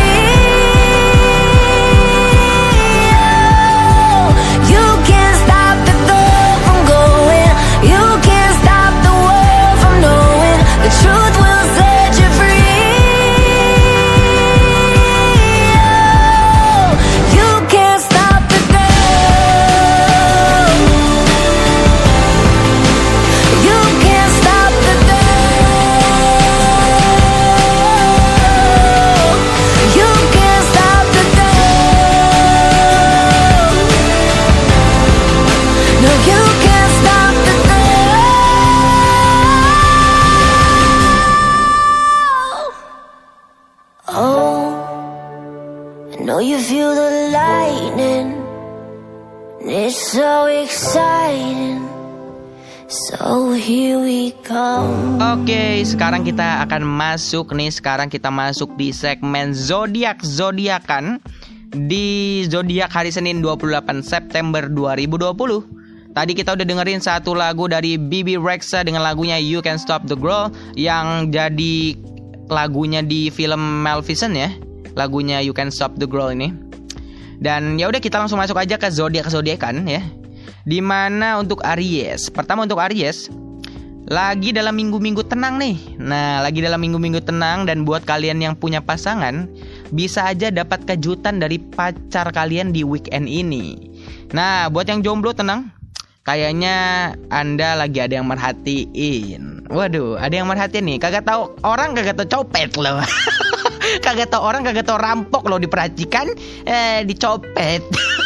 You feel the lightning, it's so exciting. So here we come. Oke, sekarang kita akan masuk nih. Sekarang kita masuk di segmen zodiak zodiakan di zodiak hari Senin dua puluh delapan September dua ribu dua puluh. Tadi kita udah dengerin satu lagu dari Bebe Rexha dengan lagunya You Can't Stop the Girl yang jadi lagunya di film Maleficent ya. Lagunya You Can't Stop the Girl ini. Dan ya udah kita langsung masuk aja ke zodiak zodiakan ya. Dimana untuk Aries, pertama untuk Aries lagi dalam minggu-minggu tenang nih. Nah, lagi dalam minggu-minggu tenang, dan buat kalian yang punya pasangan bisa aja dapat kejutan dari pacar kalian di weekend ini. Nah, buat yang jomblo tenang, kayaknya Anda lagi ada yang merhatiin. Waduh, ada yang merhatiin nih. Kagak tahu orang, kagak tahu copet loh. Kagak tau orang, kagak tau rampok lo, diperhatikan, eh dicopet.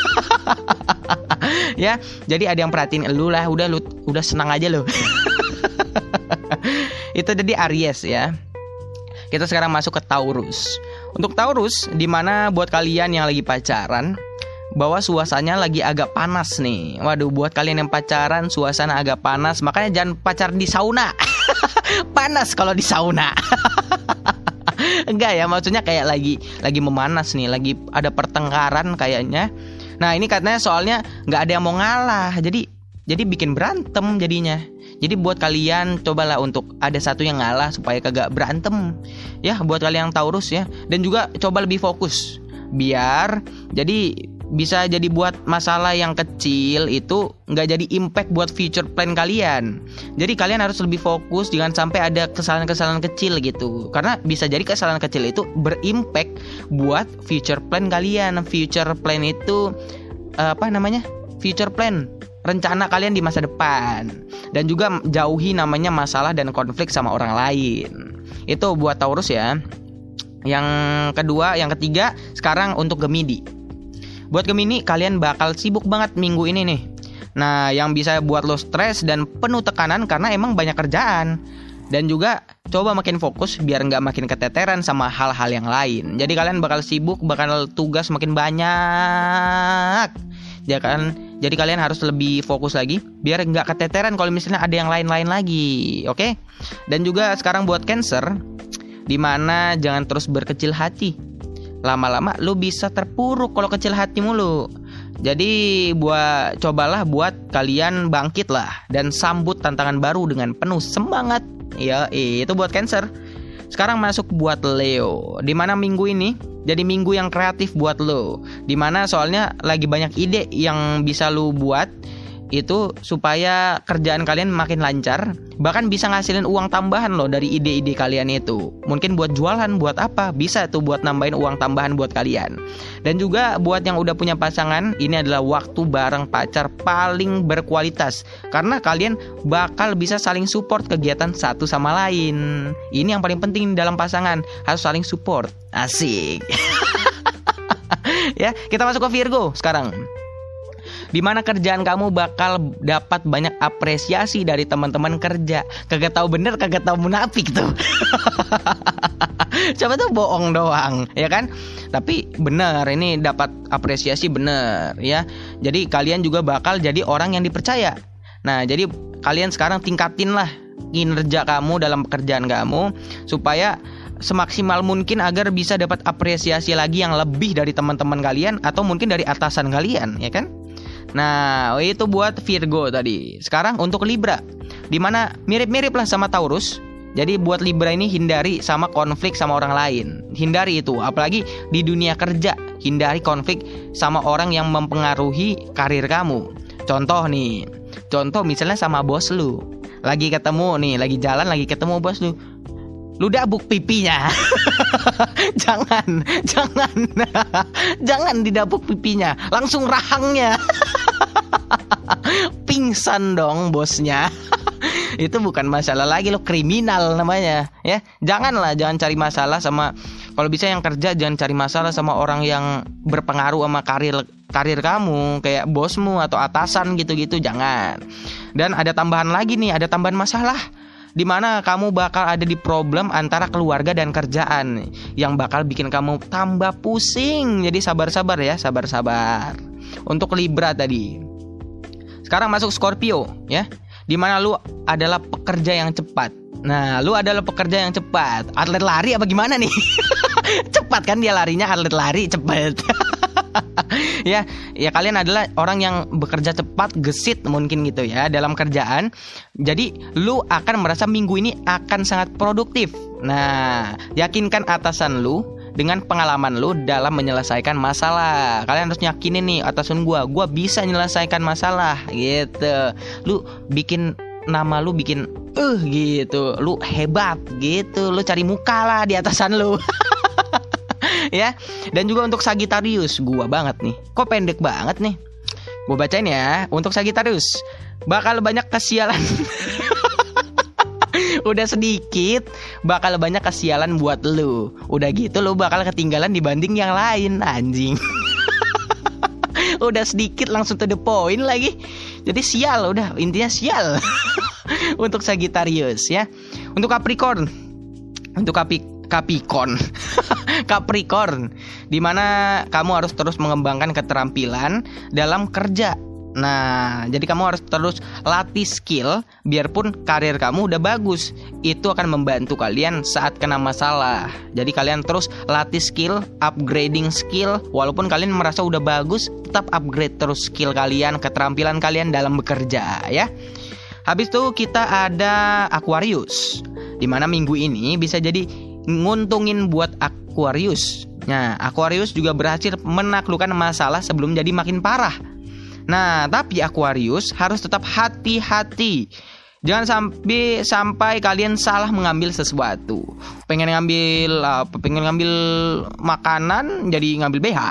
Ya, jadi ada yang perhatiin lu lah, udah lu udah senang aja lo. Itu jadi Aries ya. Kita sekarang masuk ke Taurus. Untuk Taurus, dimana buat kalian yang lagi pacaran, bahwa suasananya lagi agak panas nih. Waduh, buat kalian yang pacaran suasana agak panas, makanya jangan pacar di sauna. Panas kalau di sauna. Enggak ya, maksudnya kayak lagi lagi memanas nih, lagi ada pertengkaran kayaknya. Nah, ini katanya soalnya nggak ada yang mau ngalah, jadi jadi bikin berantem jadinya. Jadi buat kalian cobalah untuk ada satu yang ngalah supaya kagak berantem. Ya, buat kalian yang Taurus ya. Dan juga coba lebih fokus. biar jadi bisa jadi buat masalah yang kecil itu nggak jadi impact buat future plan kalian. Jadi kalian harus lebih fokus, jangan sampai ada kesalahan-kesalahan kecil gitu. Karena bisa jadi kesalahan kecil itu berimpact buat future plan kalian. Future plan itu uh, apa namanya? Future plan, rencana kalian di masa depan. Dan juga jauhi namanya masalah dan konflik sama orang lain. Itu buat Taurus ya. Yang kedua, yang ketiga, sekarang untuk Gemini. Buat Gemini, kalian bakal sibuk banget minggu ini nih. Nah, yang bisa buat lo stres dan penuh tekanan karena emang banyak kerjaan. Dan juga coba makin fokus biar nggak makin keteteran sama hal-hal yang lain. Jadi kalian bakal sibuk, bakal tugas makin banyak. Ya kan? Jadi kalian harus lebih fokus lagi biar nggak keteteran kalau misalnya ada yang lain-lain lagi. Oke? Dan juga sekarang buat Cancer, dimana jangan terus berkecil hati. Lama-lama lu bisa terpuruk kalau kecil hati mulu. Jadi buat cobalah buat kalian bangkit lah dan sambut tantangan baru dengan penuh semangat. Ya, itu buat Cancer. Sekarang masuk buat Leo. Dimana minggu ini jadi minggu yang kreatif buat lo. Dimana soalnya lagi banyak ide yang bisa lu buat itu supaya kerjaan kalian makin lancar, bahkan bisa ngasilin uang tambahan loh dari ide-ide kalian itu. Mungkin buat jualan, buat apa, bisa tuh buat nambahin uang tambahan buat kalian. Dan juga buat yang udah punya pasangan, ini adalah waktu bareng pacar paling berkualitas, karena kalian bakal bisa saling support kegiatan satu sama lain. Ini yang paling penting dalam pasangan, harus saling support. Asik. Ya, kita masuk ke Virgo sekarang. Dimana kerjaan kamu bakal dapat banyak apresiasi dari teman-teman kerja. Kagak tahu bener, kagak tahu munafik tuh. Coba tuh bohong doang, ya kan? Tapi bener, ini dapat apresiasi bener, ya. Jadi kalian juga bakal jadi orang yang dipercaya. Nah, jadi kalian sekarang tingkatin lah kinerja kamu dalam pekerjaan kamu supaya semaksimal mungkin agar bisa dapat apresiasi lagi yang lebih dari teman-teman kalian atau mungkin dari atasan kalian, ya kan? Nah, itu buat Virgo tadi. Sekarang untuk Libra, dimana mirip-mirip lah sama Taurus. Jadi buat Libra ini hindari sama konflik sama orang lain. Hindari itu, apalagi di dunia kerja. Hindari konflik sama orang yang mempengaruhi karir kamu. Contoh nih, contoh misalnya sama bos lu. Lagi ketemu nih, lagi jalan lagi ketemu bos lu. Lu dabuk pipinya. Jangan, jangan. Jangan didabuk pipinya, langsung rahangnya. Pingsan dong bosnya. Itu bukan masalah lagi, lo kriminal namanya, ya. Janganlah, jangan cari masalah sama, kalau bisa yang kerja jangan cari masalah sama orang yang berpengaruh sama karir karir kamu, kayak bosmu atau atasan gitu-gitu, jangan. Dan ada tambahan lagi nih, ada tambahan masalah di mana kamu bakal ada di problem antara keluarga dan kerjaan yang bakal bikin kamu tambah pusing. Jadi sabar-sabar ya, sabar-sabar. Untuk Libra tadi. Sekarang masuk Scorpio ya. Di mana lu adalah pekerja yang cepat. Nah, lu adalah pekerja yang cepat. Atlet lari apa gimana nih? Cepat kan dia larinya, atlet lari cepat. ya, ya kalian adalah orang yang bekerja cepat, gesit mungkin gitu ya dalam kerjaan. Jadi lu akan merasa minggu ini akan sangat produktif. Nah, yakinkan atasan lu dengan pengalaman lu dalam menyelesaikan masalah. Kalian harus yakinin nih, atasan gua, gua bisa menyelesaikan masalah gitu. Lu bikin nama lu bikin uh gitu, lu hebat gitu, lu cari muka lah di atasan lu. Ya. Dan juga untuk Sagittarius, gua banget nih. Kok pendek banget nih? Gua bacain ya. Untuk Sagittarius, bakal banyak kesialan. Udah sedikit, bakal banyak kesialan buat lu. Udah gitu lu bakal ketinggalan dibanding yang lain, anjing. Udah sedikit langsung to the point lagi. Jadi sial, udah intinya sial. Untuk Sagittarius ya. Untuk Capricorn, Untuk Capricorn Capricorn Capricorn, dimana kamu harus terus mengembangkan keterampilan dalam kerja. Nah, jadi kamu harus terus latih skill. Biarpun karir kamu udah bagus, itu akan membantu kalian saat kena masalah. Jadi kalian terus latih skill, upgrading skill. Walaupun kalian merasa udah bagus, tetap upgrade terus skill kalian, keterampilan kalian dalam bekerja ya. Habis itu kita ada Aquarius, dimana minggu ini bisa jadi nguntungin buat Aquarius. Nah, Aquarius juga berhasil menaklukkan masalah sebelum jadi makin parah. Nah, tapi Aquarius harus tetap hati-hati. Jangan sampai sampai kalian salah mengambil sesuatu. Pengen ngambil apa? Pengen ngambil makanan jadi ngambil B H.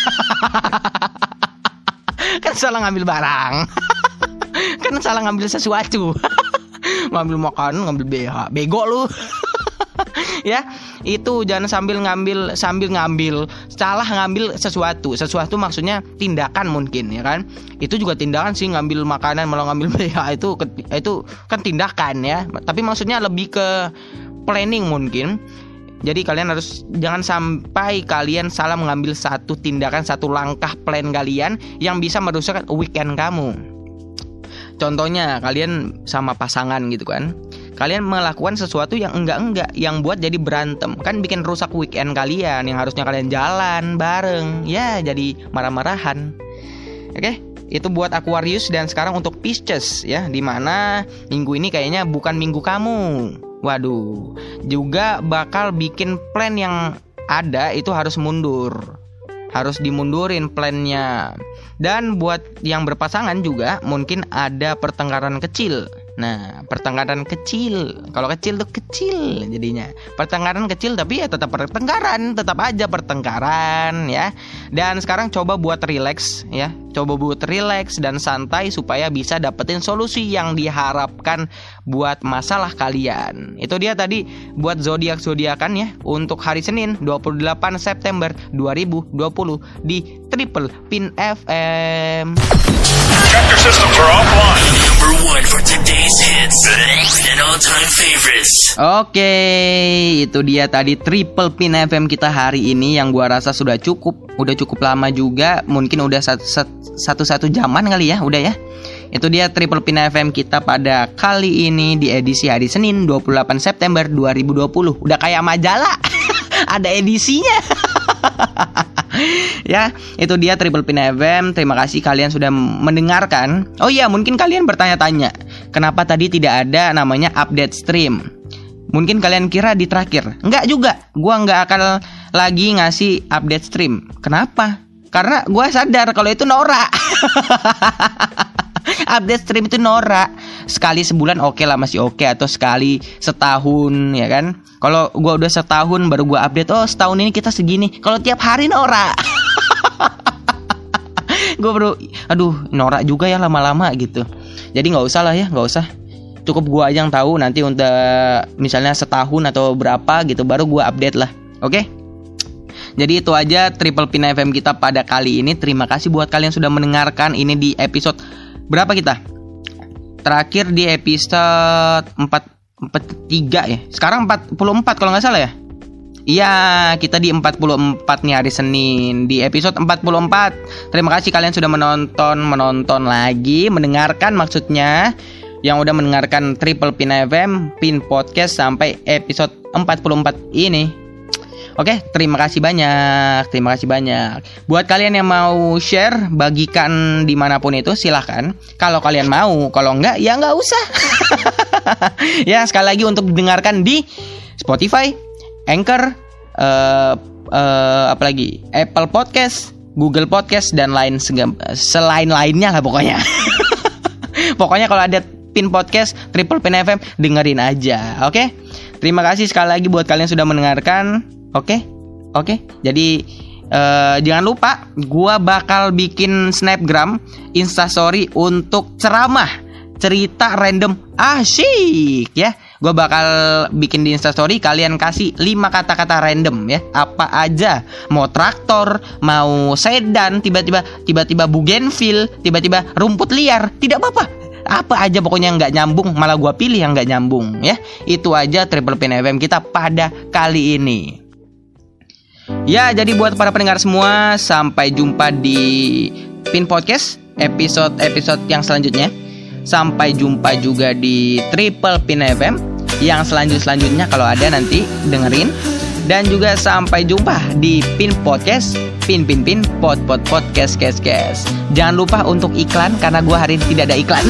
Kan salah ngambil barang. Kan salah ngambil sesuatu. Ngambil makanan, ngambil B H. Bego lu. Ya, itu jangan sambil ngambil sambil ngambil salah ngambil sesuatu. Sesuatu maksudnya tindakan mungkin, ya kan? Itu juga tindakan sih, ngambil makanan malah ngambil B H itu itu kan tindakan ya. Tapi maksudnya lebih ke planning mungkin. Jadi kalian harus jangan sampai kalian salah mengambil satu tindakan, satu langkah plan kalian yang bisa merusak weekend kamu. Contohnya kalian sama pasangan gitu kan. Kalian melakukan sesuatu yang enggak-enggak, yang buat jadi berantem. Kan bikin rusak weekend kalian yang harusnya kalian jalan bareng. Ya, jadi marah-marahan. Oke, itu buat Aquarius. Dan sekarang untuk Pisces ya, dimana minggu ini kayaknya bukan minggu kamu. Waduh, juga bakal bikin plan yang ada itu harus mundur. Harus dimundurin plannya. Dan buat yang berpasangan juga mungkin ada pertengkaran kecil. Nah, pertengkaran kecil. Kalau kecil tuh kecil jadinya. Pertengkaran kecil tapi ya tetap pertengkaran, tetap aja pertengkaran ya. Dan sekarang coba buat relax ya. Coba buat relax dan santai supaya bisa dapetin solusi yang diharapkan buat masalah kalian. Itu dia tadi buat zodiak-zodiakan ya untuk hari Senin dua puluh delapan September dua ribu dua puluh di Triple Pin F M. Chapter systems are offline. Number one for today's hits and all-time favorites. Oke, itu dia tadi Triple Pin F M kita hari ini yang gua rasa sudah cukup. Udah cukup lama juga, mungkin udah satu-satu jaman kali ya, udah ya. Itu dia Triple Pin F M kita pada kali ini di edisi hari Senin dua puluh delapan September dua ribu dua puluh. Udah kayak majalah. Ada edisinya. Ya, itu dia Triple Pin F M. Terima kasih kalian sudah mendengarkan. Oh iya, mungkin kalian bertanya-tanya, kenapa tadi tidak ada namanya update stream? Mungkin kalian kira di terakhir. Enggak juga, gua nggak akan lagi ngasih update stream. Kenapa? Karena gua sadar kalau itu norak. Update stream itu norak. Sekali sebulan oke lah, masih oke. Atau sekali setahun ya kan. Kalau gue udah setahun baru gue update, oh setahun ini kita segini. Kalau tiap hari norak. Gue baru, aduh norak juga ya lama-lama gitu. Jadi gak usah lah ya, gak usah. Cukup gue aja yang tahu nanti untuk misalnya setahun atau berapa gitu baru gue update lah. Oke? Jadi itu aja Triple Pin F M kita pada kali ini. Terima kasih buat kalian sudah mendengarkan. Ini di episode berapa kita? Terakhir di episode empat puluh tiga ya. Sekarang empat puluh empat kalau nggak salah ya. Iya, kita di empat puluh empat nih hari Senin. Di episode empat puluh empat. Terima kasih kalian sudah menonton, menonton lagi, mendengarkan maksudnya. Yang udah mendengarkan Triple Pin F M, Pin Podcast sampai episode empat puluh empat ini. Oke, terima kasih banyak. Terima kasih banyak. Buat kalian yang mau share, bagikan dimanapun itu silahkan. Kalau kalian mau, kalau enggak ya enggak usah. Ya, sekali lagi untuk didengarkan di Spotify, Anchor, uh, uh, apalagi Apple Podcast, Google Podcast dan lain segam- selain lainnya lah pokoknya. Pokoknya kalau ada Pin Podcast Triple Pin F M dengerin aja. Oke. Terima kasih sekali lagi buat kalian sudah mendengarkan. Oke. Oke. Jadi uh, jangan lupa gua bakal bikin Snapgram, Instastory untuk ceramah, cerita random asyik ya. Gue bakal bikin di Instastory, kalian kasih lima kata-kata random ya. Apa aja, mau traktor, mau sedan, tiba-tiba tiba-tiba bougainville, tiba-tiba rumput liar, tidak apa-apa. Apa aja pokoknya nggak nyambung, malah gue pilih yang nggak nyambung ya. Itu aja Triple Pin F M kita pada kali ini. Ya, jadi buat para pendengar semua, sampai jumpa di Pin Podcast episode-episode yang selanjutnya. Sampai jumpa juga di Triple Pin F M yang selanjut-selanjutnya kalau ada nanti dengerin. Dan juga sampai jumpa di Pin Podcast, Pin Pin Pin Pod Pod Podcast Kes Kes. Jangan lupa untuk iklan karena gue hari ini tidak ada iklan.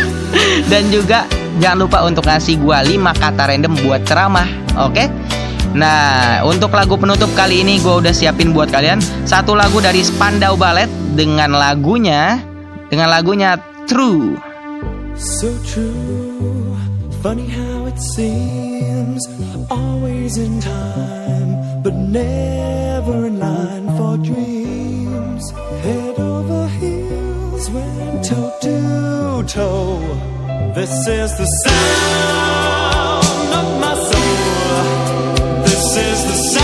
Dan juga jangan lupa untuk ngasih gue lima kata random buat ceramah. Oke? Nah, untuk lagu penutup kali ini gue udah siapin buat kalian satu lagu dari Spandau Ballet dengan lagunya dengan lagunya True. So true, funny how it seems, always in time, but never in line for dreams. Head over heels, went toe to toe. This is the sound of my soul. This is the sound.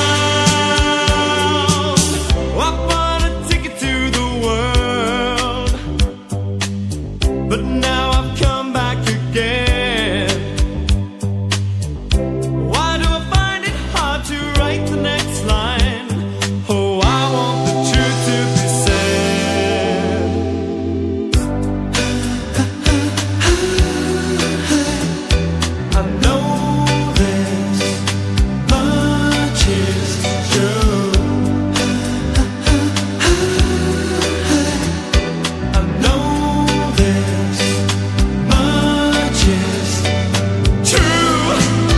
I bought a ticket to the world, but now I've come back again. Why do I find it hard to write the next line? Oh, I want the truth to be said. I know this much is true. I know this much is true.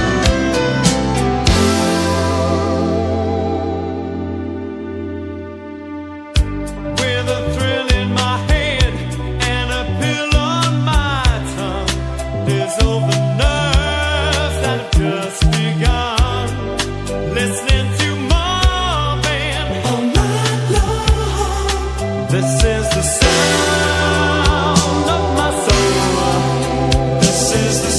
With a thrill in my head and a pill on my tongue, there's over nerves that have just begun. Listening to Marvin all night long. This is the sound of my soul. This is the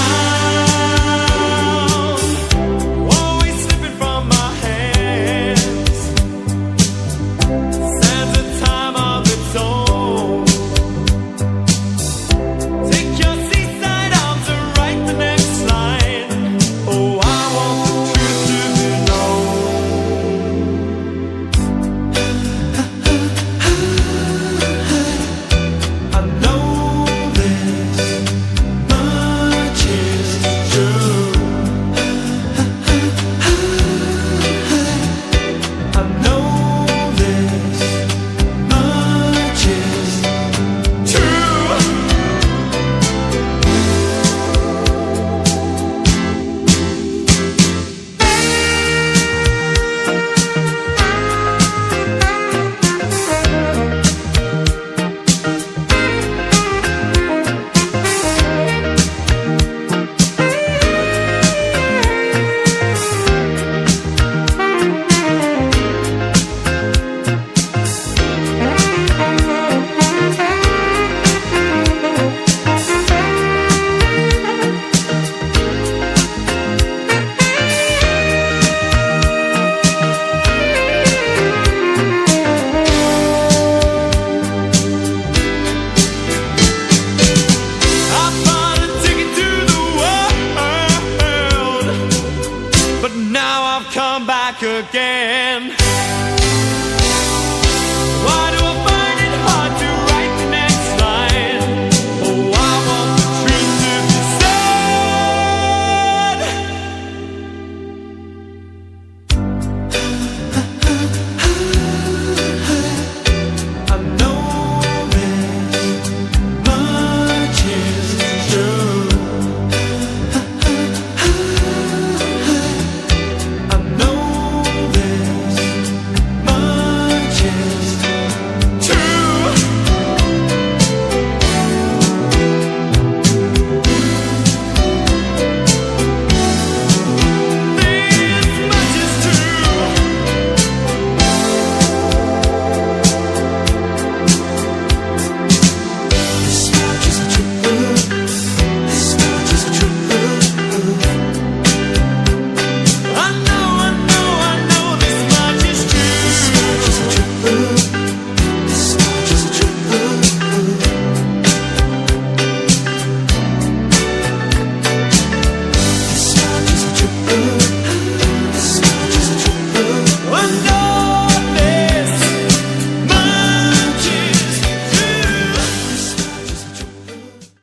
sound, always slipping from my hands. Stands a time of its own. Take your seaside arms and write the next line. Oh, I want the truth to be known. I know this much is true. I know this much is true. I bought a ticket to the world, but now I've come back again.